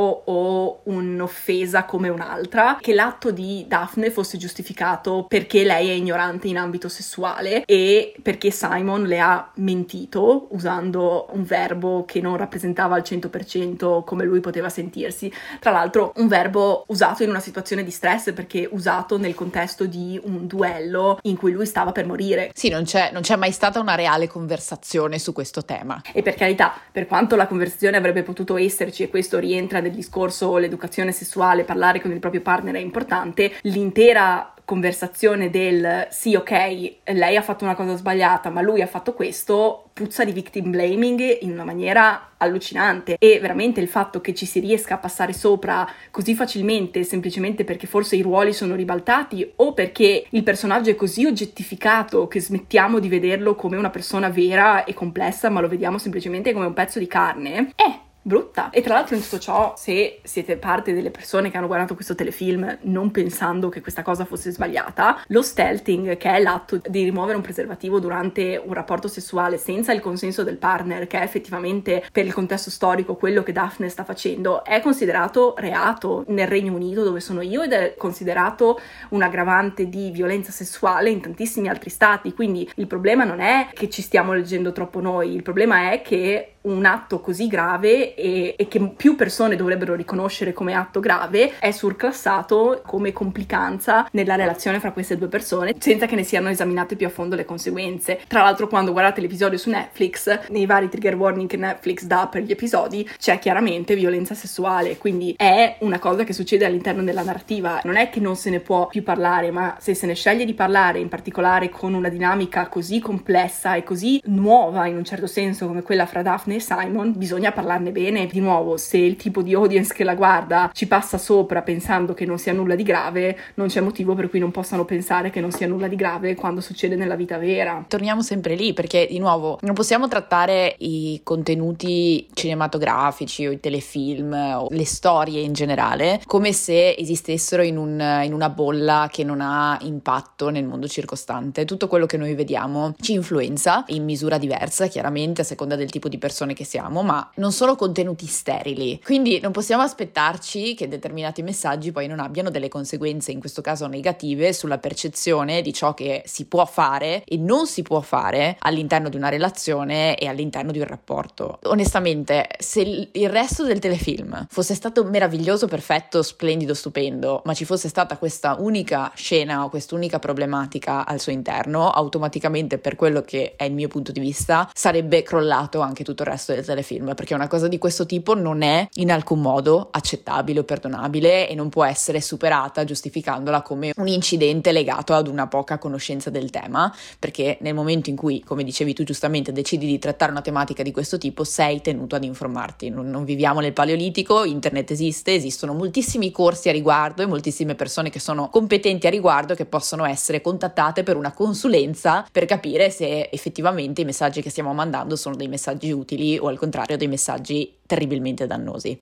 o un'offesa come un'altra, che l'atto di Daphne fosse giustificato perché lei è ignorante in ambito sessuale e perché Simon le ha mentito usando un verbo che non rappresentava al 100% come lui poteva sentirsi. Tra l'altro un verbo usato in una situazione di stress, perché usato nel contesto di un duello in cui lui stava per morire. Sì, non c'è mai stata una reale conversazione su questo tema. E per carità, per quanto la conversazione avrebbe potuto esserci, e questo rientra nel discorso l'educazione sessuale, parlare con il proprio partner è importante, l'intera conversazione del sì, ok, lei ha fatto una cosa sbagliata ma lui ha fatto questo, puzza di victim blaming in una maniera allucinante. E veramente il fatto che ci si riesca a passare sopra così facilmente semplicemente perché forse i ruoli sono ribaltati o perché il personaggio è così oggettificato che smettiamo di vederlo come una persona vera e complessa ma lo vediamo semplicemente come un pezzo di carne, è brutta. E tra l'altro in tutto ciò, se siete parte delle persone che hanno guardato questo telefilm non pensando che questa cosa fosse sbagliata, lo stealthing, che è l'atto di rimuovere un preservativo durante un rapporto sessuale senza il consenso del partner, che è effettivamente per il contesto storico quello che Daphne sta facendo, è considerato reato nel Regno Unito dove sono io ed è considerato un aggravante di violenza sessuale in tantissimi altri stati. Quindi il problema non è che ci stiamo leggendo troppo noi, il problema è che un atto così grave e che più persone dovrebbero riconoscere come atto grave è surclassato come complicanza nella relazione fra queste due persone senza che ne siano esaminate più a fondo le conseguenze. Tra l'altro, quando guardate l'episodio su Netflix, nei vari trigger warning che Netflix dà per gli episodi c'è chiaramente violenza sessuale, quindi è una cosa che succede all'interno della narrativa. Non è che non se ne può più parlare, ma se se ne sceglie di parlare, in particolare con una dinamica così complessa e così nuova in un certo senso come quella fra Daphne e Simon, bisogna parlarne bene. Di nuovo, se il tipo di audience che la guarda ci passa sopra pensando che non sia nulla di grave, non c'è motivo per cui non possano pensare che non sia nulla di grave quando succede nella vita vera. Torniamo sempre lì, perché di nuovo non possiamo trattare i contenuti cinematografici o i telefilm o le storie in generale come se esistessero in una bolla che non ha impatto nel mondo circostante. Tutto quello che noi vediamo ci influenza in misura diversa, chiaramente a seconda del tipo di persone che siamo, ma non sono contenuti sterili, quindi non possiamo aspettarci che determinati messaggi poi non abbiano delle conseguenze, in questo caso negative, sulla percezione di ciò che si può fare e non si può fare all'interno di una relazione e all'interno di un rapporto. Onestamente, se il resto del telefilm fosse stato meraviglioso, perfetto, splendido, stupendo, ma ci fosse stata questa unica scena o quest'unica problematica al suo interno, automaticamente, per quello che è il mio punto di vista, sarebbe crollato anche tutto il resto del telefilm, perché una cosa di questo tipo non è in alcun modo accettabile o perdonabile e non può essere superata giustificandola come un incidente legato ad una poca conoscenza del tema, perché nel momento in cui, come dicevi tu giustamente, decidi di trattare una tematica di questo tipo, sei tenuto ad informarti. Non viviamo nel Paleolitico, internet esiste, esistono moltissimi corsi a riguardo e moltissime persone che sono competenti a riguardo che possono essere contattate per una consulenza per capire se effettivamente i messaggi che stiamo mandando sono dei messaggi utili o al contrario dei messaggi terribilmente dannosi.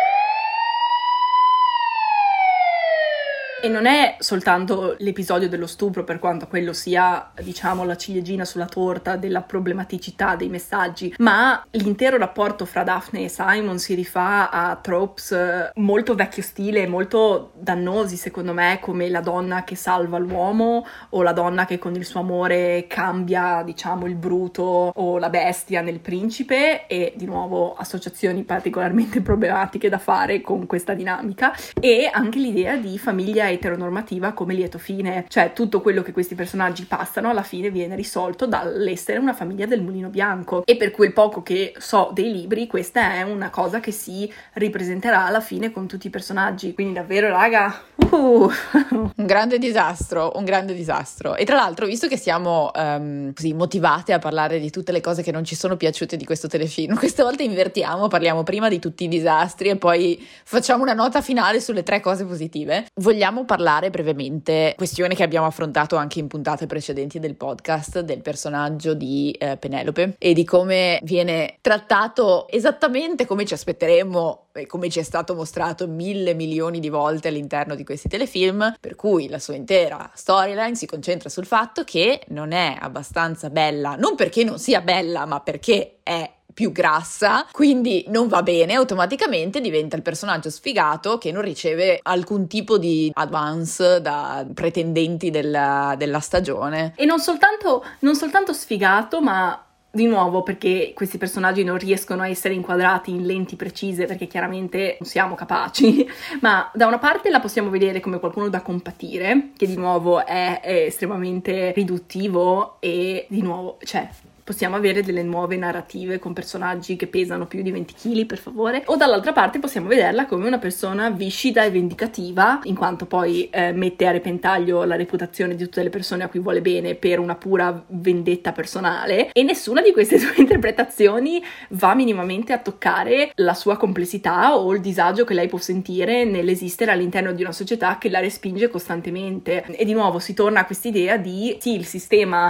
E non è soltanto l'episodio dello stupro, per quanto quello sia, diciamo, la ciliegina sulla torta della problematicità dei messaggi, ma l'intero rapporto fra Daphne e Simon si rifà a tropes molto vecchio stile, molto dannosi secondo me, come la donna che salva l'uomo o la donna che con il suo amore cambia, diciamo, il bruto o la bestia nel principe, e di nuovo associazioni particolarmente problematiche da fare con questa dinamica, e anche l'idea di famiglia eteronormativa come lieto fine, cioè tutto quello che questi personaggi passano alla fine viene risolto dall'essere una famiglia del mulino bianco, e per quel poco che so dei libri questa è una cosa che si ripresenterà alla fine con tutti i personaggi, quindi davvero raga un grande disastro. E tra l'altro, visto che siamo così motivate a parlare di tutte le cose che non ci sono piaciute di questo telefilm, questa volta invertiamo, parliamo prima di tutti i disastri e poi facciamo una nota finale sulle 3 cose positive. Vogliamo parlare brevemente, questione che abbiamo affrontato anche in puntate precedenti del podcast, del personaggio di Penelope e di come viene trattato esattamente come ci aspetteremmo e come ci è stato mostrato 1000 milioni di volte all'interno di questi telefilm, per cui la sua intera storyline si concentra sul fatto che non è abbastanza bella, non perché non sia bella, ma perché è più grassa, quindi non va bene, automaticamente diventa il personaggio sfigato che non riceve alcun tipo di advance da pretendenti della stagione. E non soltanto sfigato, ma di nuovo perché questi personaggi non riescono a essere inquadrati in lenti precise perché chiaramente non siamo capaci, ma da una parte la possiamo vedere come qualcuno da compatire, che di nuovo è estremamente riduttivo e di nuovo, cioè possiamo avere delle nuove narrative con personaggi che pesano più di 20 kg, per favore. O dall'altra parte possiamo vederla come una persona viscida e vendicativa, in quanto poi mette a repentaglio la reputazione di tutte le persone a cui vuole bene per una pura vendetta personale, e nessuna di queste due interpretazioni va minimamente a toccare la sua complessità o il disagio che lei può sentire nell'esistere all'interno di una società che la respinge costantemente. E di nuovo si torna a quest'idea di sì, il sistema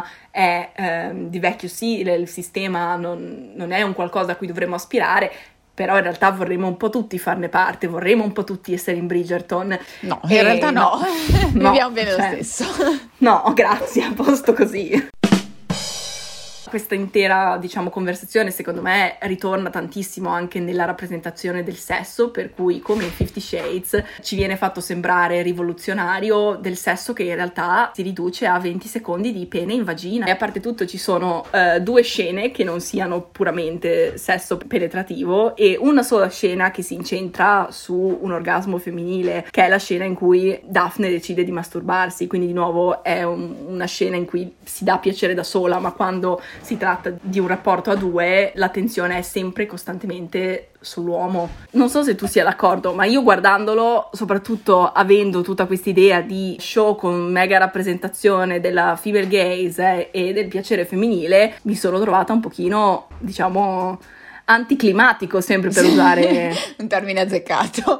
è di vecchio stile, il sistema non è un qualcosa a cui dovremmo aspirare, però in realtà vorremmo un po' tutti farne parte, vorremmo un po' tutti essere in Bridgerton. No, in realtà no. Viviamo bene lo stesso. No, grazie, a posto così. Questa intera, diciamo, conversazione secondo me ritorna tantissimo anche nella rappresentazione del sesso, per cui come in 50 Shades ci viene fatto sembrare rivoluzionario del sesso che in realtà si riduce a 20 secondi di pene in vagina. E a parte tutto ci sono 2 scene che non siano puramente sesso penetrativo e una sola scena che si incentra su un orgasmo femminile, che è la scena in cui Daphne decide di masturbarsi, quindi di nuovo è una scena in cui si dà piacere da sola, ma quando si tratta di un rapporto a 2 l'attenzione è sempre costantemente sull'uomo. Non so se tu sia d'accordo, ma io guardandolo, soprattutto avendo tutta questa idea di show con mega rappresentazione della female gaze e del piacere femminile, mi sono trovata un pochino, diciamo, anticlimatico, sempre per usare un termine azzeccato.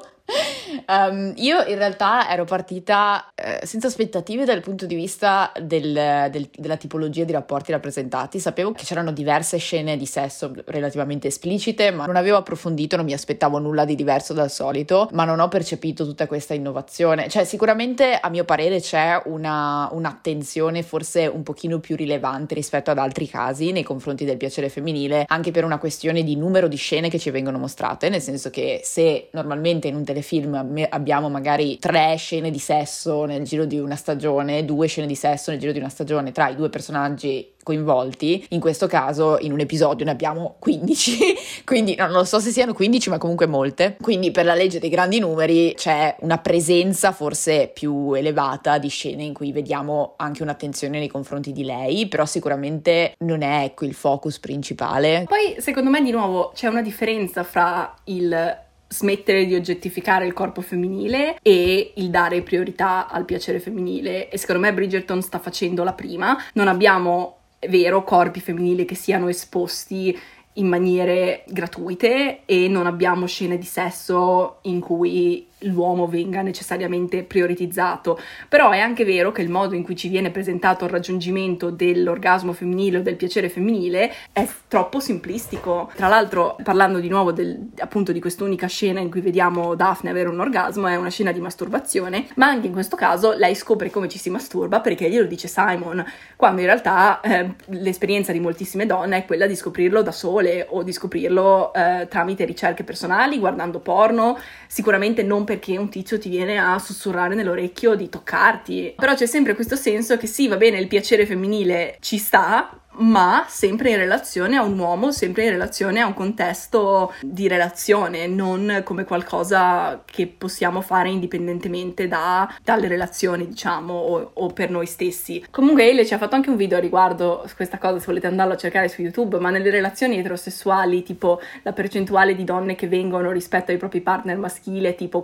Io in realtà ero partita senza aspettative dal punto di vista della tipologia di rapporti rappresentati. Sapevo che c'erano diverse scene di sesso relativamente esplicite, ma non avevo approfondito, non mi aspettavo nulla di diverso dal solito, ma non ho percepito tutta questa innovazione. Cioè sicuramente a mio parere c'è un'attenzione forse un pochino più rilevante rispetto ad altri casi nei confronti del piacere femminile, anche per una questione di numero di scene che ci vengono mostrate, nel senso che se normalmente in un telefilm abbiamo magari 3 scene di sesso nel giro di una stagione, 2 scene di sesso nel giro di una stagione tra i 2 personaggi coinvolti, in questo caso in un episodio ne abbiamo 15, quindi non so se siano 15 ma comunque molte, quindi per la legge dei grandi numeri c'è una presenza forse più elevata di scene in cui vediamo anche un'attenzione nei confronti di lei, però sicuramente non è, ecco, il focus principale. Poi secondo me di nuovo c'è una differenza fra il smettere di oggettificare il corpo femminile e il dare priorità al piacere femminile, e secondo me Bridgerton sta facendo la prima. Non abbiamo, è vero, corpi femminili che siano esposti in maniere gratuite e non abbiamo scene di sesso in cui l'uomo venga necessariamente prioritizzato, però è anche vero che il modo in cui ci viene presentato il raggiungimento dell'orgasmo femminile o del piacere femminile è troppo simplistico. Tra l'altro, parlando di nuovo appunto di quest'unica scena in cui vediamo Daphne avere un orgasmo, è una scena di masturbazione, ma anche in questo caso lei scopre come ci si masturba perché glielo dice Simon, quando in realtà l'esperienza di moltissime donne è quella di scoprirlo da sole o di scoprirlo tramite ricerche personali, guardando porno, sicuramente non perché un tizio ti viene a sussurrare nell'orecchio di toccarti, però c'è sempre questo senso che sì, va bene, il piacere femminile ci sta, ma sempre in relazione a un uomo, sempre in relazione a un contesto di relazione, non come qualcosa che possiamo fare indipendentemente dalle relazioni, diciamo, o per noi stessi. Comunque Ele ci ha fatto anche un video a riguardo su questa cosa, se volete andarlo a cercare su YouTube, ma nelle relazioni eterosessuali, tipo la percentuale di donne che vengono rispetto ai propri partner maschili è tipo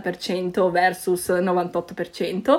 40% versus 98%,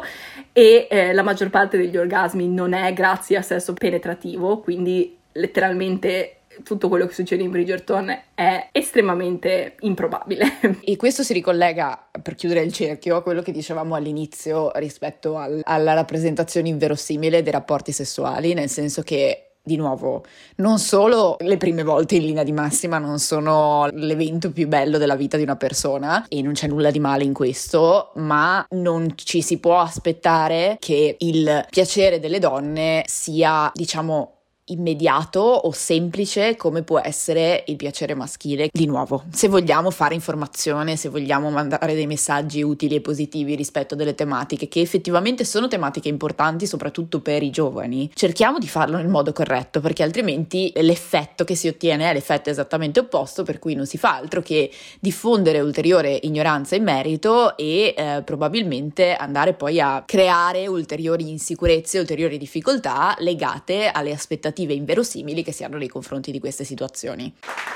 e la maggior parte degli orgasmi non è grazie a sesso penetrativo, quindi letteralmente tutto quello che succede in Bridgerton è estremamente improbabile. E questo si ricollega, per chiudere il cerchio, a quello che dicevamo all'inizio rispetto alla rappresentazione inverosimile dei rapporti sessuali, nel senso che, di nuovo, non solo le prime volte in linea di massima non sono l'evento più bello della vita di una persona, e non c'è nulla di male in questo, ma non ci si può aspettare che il piacere delle donne sia, diciamo, immediato o semplice come può essere il piacere maschile. Di nuovo, se vogliamo fare informazione, se vogliamo mandare dei messaggi utili e positivi rispetto a delle tematiche che effettivamente sono tematiche importanti soprattutto per i giovani, cerchiamo di farlo nel modo corretto, perché altrimenti l'effetto che si ottiene è l'effetto esattamente opposto, per cui non si fa altro che diffondere ulteriore ignoranza in merito e probabilmente andare poi a creare ulteriori insicurezze, ulteriori difficoltà legate alle aspettative inverosimili che si hanno nei confronti di queste situazioni.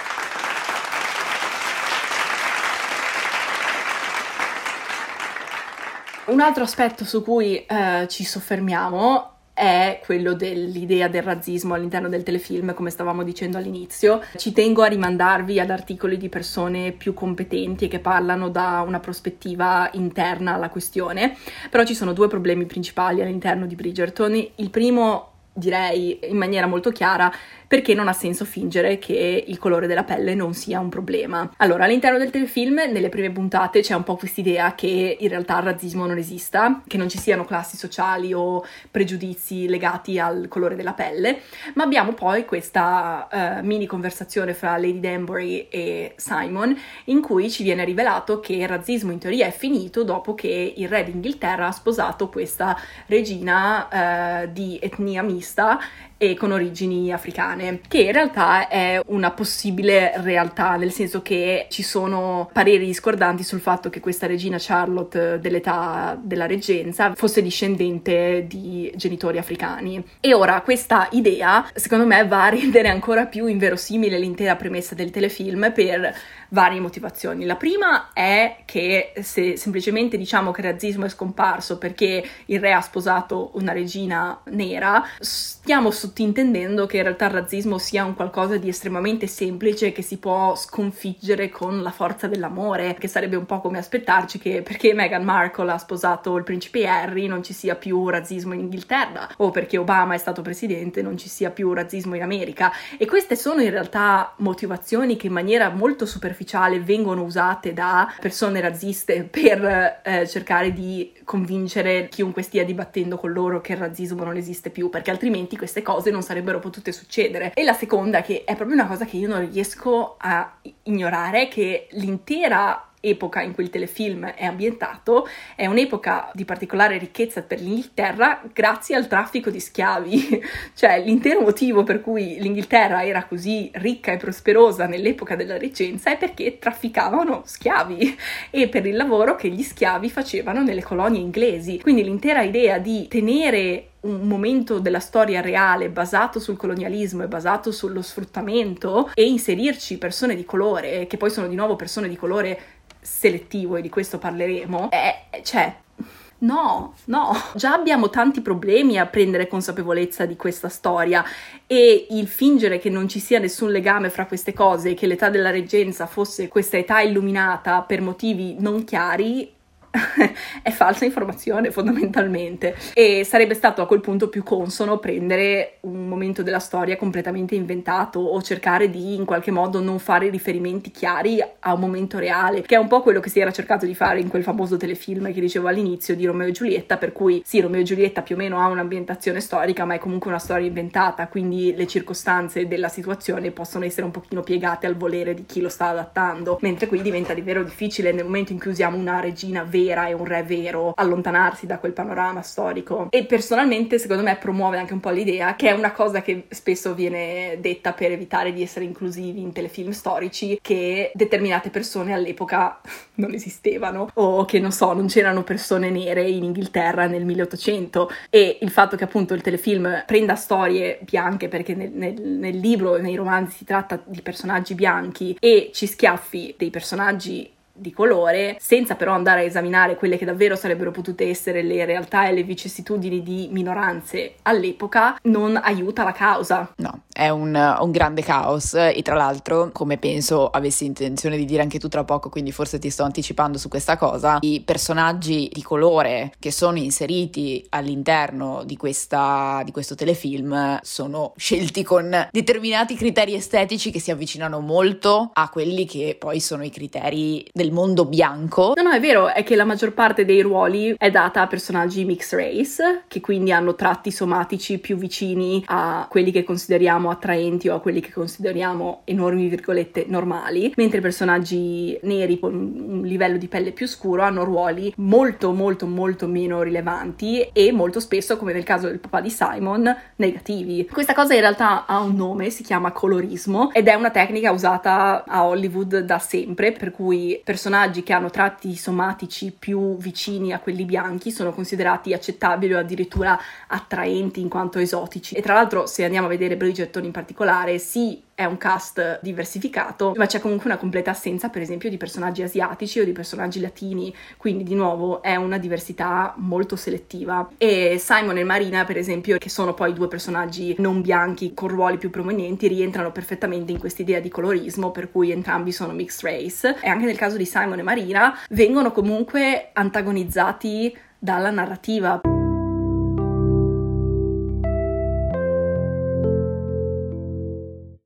Un altro aspetto su cui ci soffermiamo è quello dell'idea del razzismo all'interno del telefilm, come stavamo dicendo all'inizio. Ci tengo a rimandarvi ad articoli di persone più competenti e che parlano da una prospettiva interna alla questione, però ci sono 2 problemi principali all'interno di Bridgerton. Il primo direi in maniera molto chiara perché non ha senso fingere che il colore della pelle non sia un problema. Allora, all'interno del telefilm, nelle prime puntate c'è un po' quest'idea che in realtà il razzismo non esista, che non ci siano classi sociali o pregiudizi legati al colore della pelle, ma abbiamo poi questa mini conversazione fra Lady Danbury e Simon in cui ci viene rivelato che il razzismo in teoria è finito dopo che il re d'Inghilterra ha sposato questa regina di etnia mista e con origini africane, che in realtà è una possibile realtà, nel senso che ci sono pareri discordanti sul fatto che questa regina Charlotte dell'età della reggenza fosse discendente di genitori africani. E ora questa idea, secondo me, va a rendere ancora più inverosimile l'intera premessa del telefilm per varie motivazioni. La prima è che se semplicemente diciamo che il razzismo è scomparso perché il re ha sposato una regina nera, stiamo sottintendendo che in realtà il razzismo sia un qualcosa di estremamente semplice che si può sconfiggere con la forza dell'amore, che sarebbe un po' come aspettarci che perché Meghan Markle ha sposato il principe Harry non ci sia più razzismo in Inghilterra, o perché Obama è stato presidente non ci sia più razzismo in America. E queste sono in realtà motivazioni che in maniera molto superficiale vengono usate da persone razziste per cercare di convincere chiunque stia dibattendo con loro che il razzismo non esiste più, perché altrimenti queste cose non sarebbero potute succedere. E la seconda, che è proprio una cosa che io non riesco a ignorare, è che l'intera epoca in cui il telefilm è ambientato è un'epoca di particolare ricchezza per l'Inghilterra grazie al traffico di schiavi. Cioè l'intero motivo per cui l'Inghilterra era così ricca e prosperosa nell'epoca della reggenza è perché trafficavano schiavi e per il lavoro che gli schiavi facevano nelle colonie inglesi. Quindi l'intera idea di tenere un momento della storia reale basato sul colonialismo e basato sullo sfruttamento e inserirci persone di colore, che poi sono di nuovo persone di colore selettivo, e di questo parleremo, no, già abbiamo tanti problemi a prendere consapevolezza di questa storia, e il fingere che non ci sia nessun legame fra queste cose, che l'età della reggenza fosse questa età illuminata per motivi non chiari, è falsa informazione fondamentalmente. E sarebbe stato a quel punto più consono prendere un momento della storia completamente inventato o cercare di in qualche modo non fare riferimenti chiari a un momento reale, che è un po' quello che si era cercato di fare in quel famoso telefilm che dicevo all'inizio di Romeo e Giulietta, per cui sì, Romeo e Giulietta più o meno ha un'ambientazione storica, ma è comunque una storia inventata, quindi le circostanze della situazione possono essere un pochino piegate al volere di chi lo sta adattando, mentre qui diventa davvero difficile nel momento in cui usiamo una regina vera e un re vero allontanarsi da quel panorama storico. E personalmente secondo me promuove anche un po' l'idea, che è una cosa che spesso viene detta per evitare di essere inclusivi in telefilm storici, che determinate persone all'epoca non esistevano, o che non so, non c'erano persone nere in Inghilterra nel 1800. E il fatto che appunto il telefilm prenda storie bianche, perché nel libro e nei romanzi si tratta di personaggi bianchi, e ci schiaffi dei personaggi di colore, senza però andare a esaminare quelle che davvero sarebbero potute essere le realtà e le vicissitudini di minoranze all'epoca, non aiuta la causa. No, è un grande caos, e tra l'altro, come penso avessi intenzione di dire anche tu tra poco, quindi forse ti sto anticipando su questa cosa, i personaggi di colore che sono inseriti all'interno di questo telefilm sono scelti con determinati criteri estetici che si avvicinano molto a quelli che poi sono i criteri del mondo bianco. No, è vero, è che la maggior parte dei ruoli è data a personaggi mixed race, che quindi hanno tratti somatici più vicini a quelli che consideriamo attraenti o a quelli che consideriamo, enormi virgolette, normali, mentre i personaggi neri con un livello di pelle più scuro hanno ruoli molto molto molto meno rilevanti e molto spesso, come nel caso del papà di Simon, negativi. Questa cosa in realtà ha un nome, si chiama colorismo, ed è una tecnica usata a Hollywood da sempre, per cui personaggi che hanno tratti somatici più vicini a quelli bianchi sono considerati accettabili o addirittura attraenti in quanto esotici. E tra l'altro, se andiamo a vedere Bridgerton in particolare, sì, è un cast diversificato, ma c'è comunque una completa assenza, per esempio, di personaggi asiatici o di personaggi latini, quindi di nuovo è una diversità molto selettiva. E Simon e Marina, per esempio, che sono poi due personaggi non bianchi con ruoli più prominenti, rientrano perfettamente in quest'idea di colorismo, per cui entrambi sono mixed race. E anche nel caso di Simon e Marina vengono comunque antagonizzati dalla narrativa.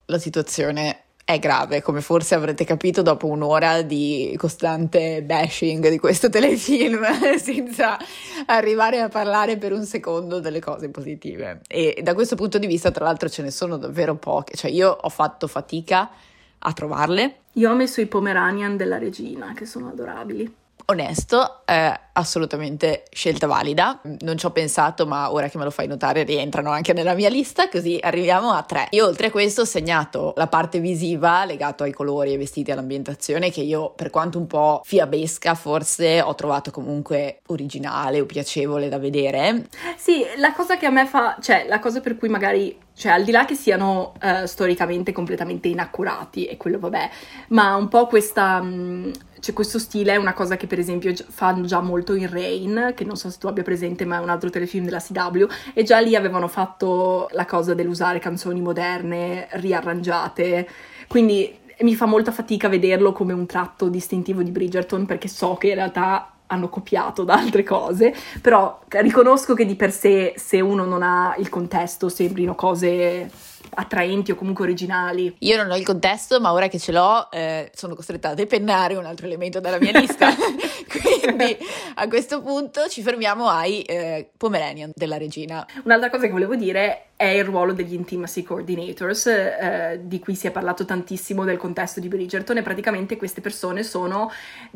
la situazione è grave, come forse avrete capito dopo un'ora di costante bashing di questo telefilm, senza arrivare a parlare per un secondo delle cose positive. E da questo punto di vista, tra l'altro, ce ne sono davvero poche. Cioè, io ho fatto fatica a trovarle. Io ho messo i Pomeranian della regina, che sono adorabili. Onesto, assolutamente scelta valida, non ci ho pensato, ma ora che me lo fai notare rientrano anche nella mia lista, così arriviamo a 3. Io oltre a questo ho segnato la parte visiva legato ai colori, ai vestiti, all'ambientazione, che io, per quanto un po' fiabesca, forse ho trovato comunque originale o piacevole da vedere. Sì, la cosa che a me fa, cioè la cosa per cui magari, cioè al di là che siano storicamente completamente inaccurati, e quello vabbè, ma un po' questa... Cioè, questo stile è una cosa che per esempio fanno già molto in Rain, che non so se tu abbia presente, ma è un altro telefilm della CW, e già lì avevano fatto la cosa dell'usare canzoni moderne, riarrangiate, quindi mi fa molta fatica vederlo come un tratto distintivo di Bridgerton, perché so che in realtà hanno copiato da altre cose, però riconosco che di per sé, se uno non ha il contesto, sembrino cose attraenti o comunque originali. Io non ho il contesto, ma ora che ce l'ho sono costretta a depennare un altro elemento dalla mia lista. Quindi a questo punto ci fermiamo ai Pomeranian della regina. Un'altra cosa che volevo dire è il ruolo degli Intimacy Coordinators, di cui si è parlato tantissimo nel contesto di Bridgerton, e praticamente queste persone sono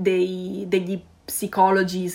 degli psicologi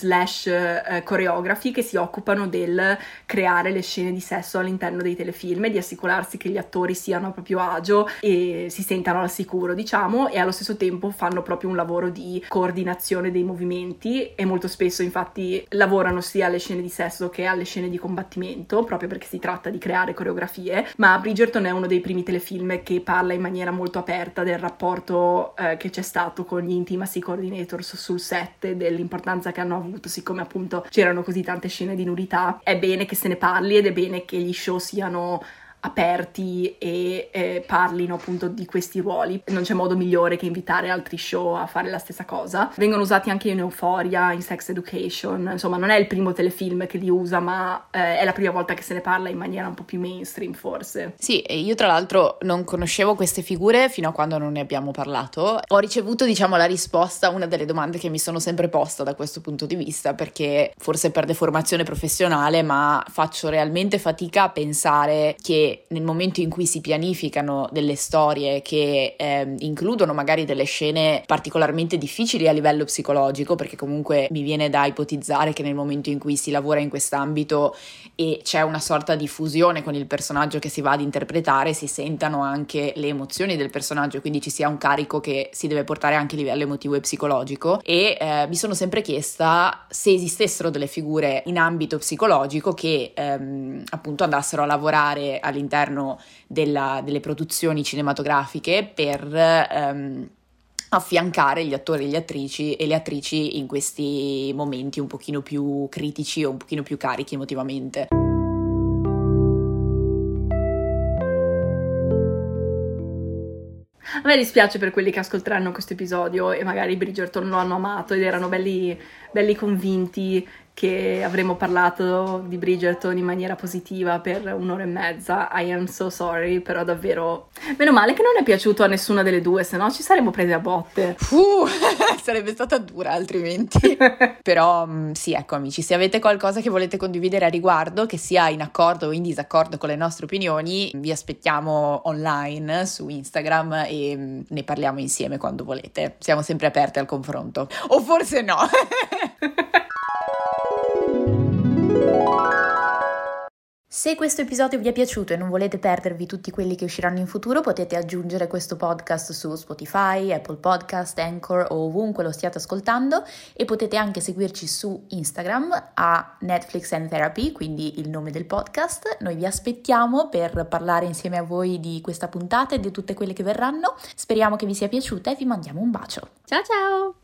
/ coreografi che si occupano del creare le scene di sesso all'interno dei telefilm e di assicurarsi che gli attori siano a proprio agio e si sentano al sicuro, diciamo, e allo stesso tempo fanno proprio un lavoro di coordinazione dei movimenti, e molto spesso infatti lavorano sia alle scene di sesso che alle scene di combattimento, proprio perché si tratta di creare coreografie. Ma Bridgerton è uno dei primi telefilm che parla in maniera molto aperta del rapporto che c'è stato con gli Intimacy Coordinators sul set, dell'importanza che hanno avuto, siccome appunto c'erano così tante scene di nudità. È bene che se ne parli ed è bene che gli show siano aperti e parlino appunto di questi ruoli. Non c'è modo migliore che invitare altri show a fare la stessa cosa. Vengono usati anche in Euphoria, in Sex Education, insomma non è il primo telefilm che li usa, ma è la prima volta che se ne parla in maniera un po' più mainstream forse. Sì, e io tra l'altro non conoscevo queste figure fino a quando non ne abbiamo parlato. Ho ricevuto, diciamo, la risposta a una delle domande che mi sono sempre posta da questo punto di vista, perché forse per deformazione professionale, ma faccio realmente fatica a pensare che nel momento in cui si pianificano delle storie che includono magari delle scene particolarmente difficili a livello psicologico, perché comunque mi viene da ipotizzare che nel momento in cui si lavora in quest'ambito e c'è una sorta di fusione con il personaggio che si va ad interpretare, si sentano anche le emozioni del personaggio, quindi ci sia un carico che si deve portare anche a livello emotivo e psicologico. E mi sono sempre chiesta se esistessero delle figure in ambito psicologico che appunto andassero a lavorare all'interno delle produzioni cinematografiche per affiancare gli attori e le attrici in questi momenti un pochino più critici o un pochino più carichi emotivamente. A me dispiace per quelli che ascolteranno questo episodio e magari Bridgerton lo hanno amato ed erano belli convinti che avremmo parlato di Bridgerton in maniera positiva per un'ora e mezza. I am so sorry, però davvero meno male che non è piaciuto a nessuna delle due, se no ci saremmo prese a botte. Sarebbe stata dura altrimenti. Però sì, ecco amici, se avete qualcosa che volete condividere a riguardo, che sia in accordo o in disaccordo con le nostre opinioni, vi aspettiamo online su Instagram e ne parliamo insieme quando volete. Siamo sempre aperte al confronto. O forse no. Se questo episodio vi è piaciuto e non volete perdervi tutti quelli che usciranno in futuro, potete aggiungere questo podcast su Spotify, Apple Podcast, Anchor o ovunque lo stiate ascoltando, e potete anche seguirci su Instagram a Netflix and Therapy, quindi il nome del podcast. Noi vi aspettiamo per parlare insieme a voi di questa puntata e di tutte quelle che verranno. Speriamo che vi sia piaciuta e vi mandiamo un bacio. Ciao ciao!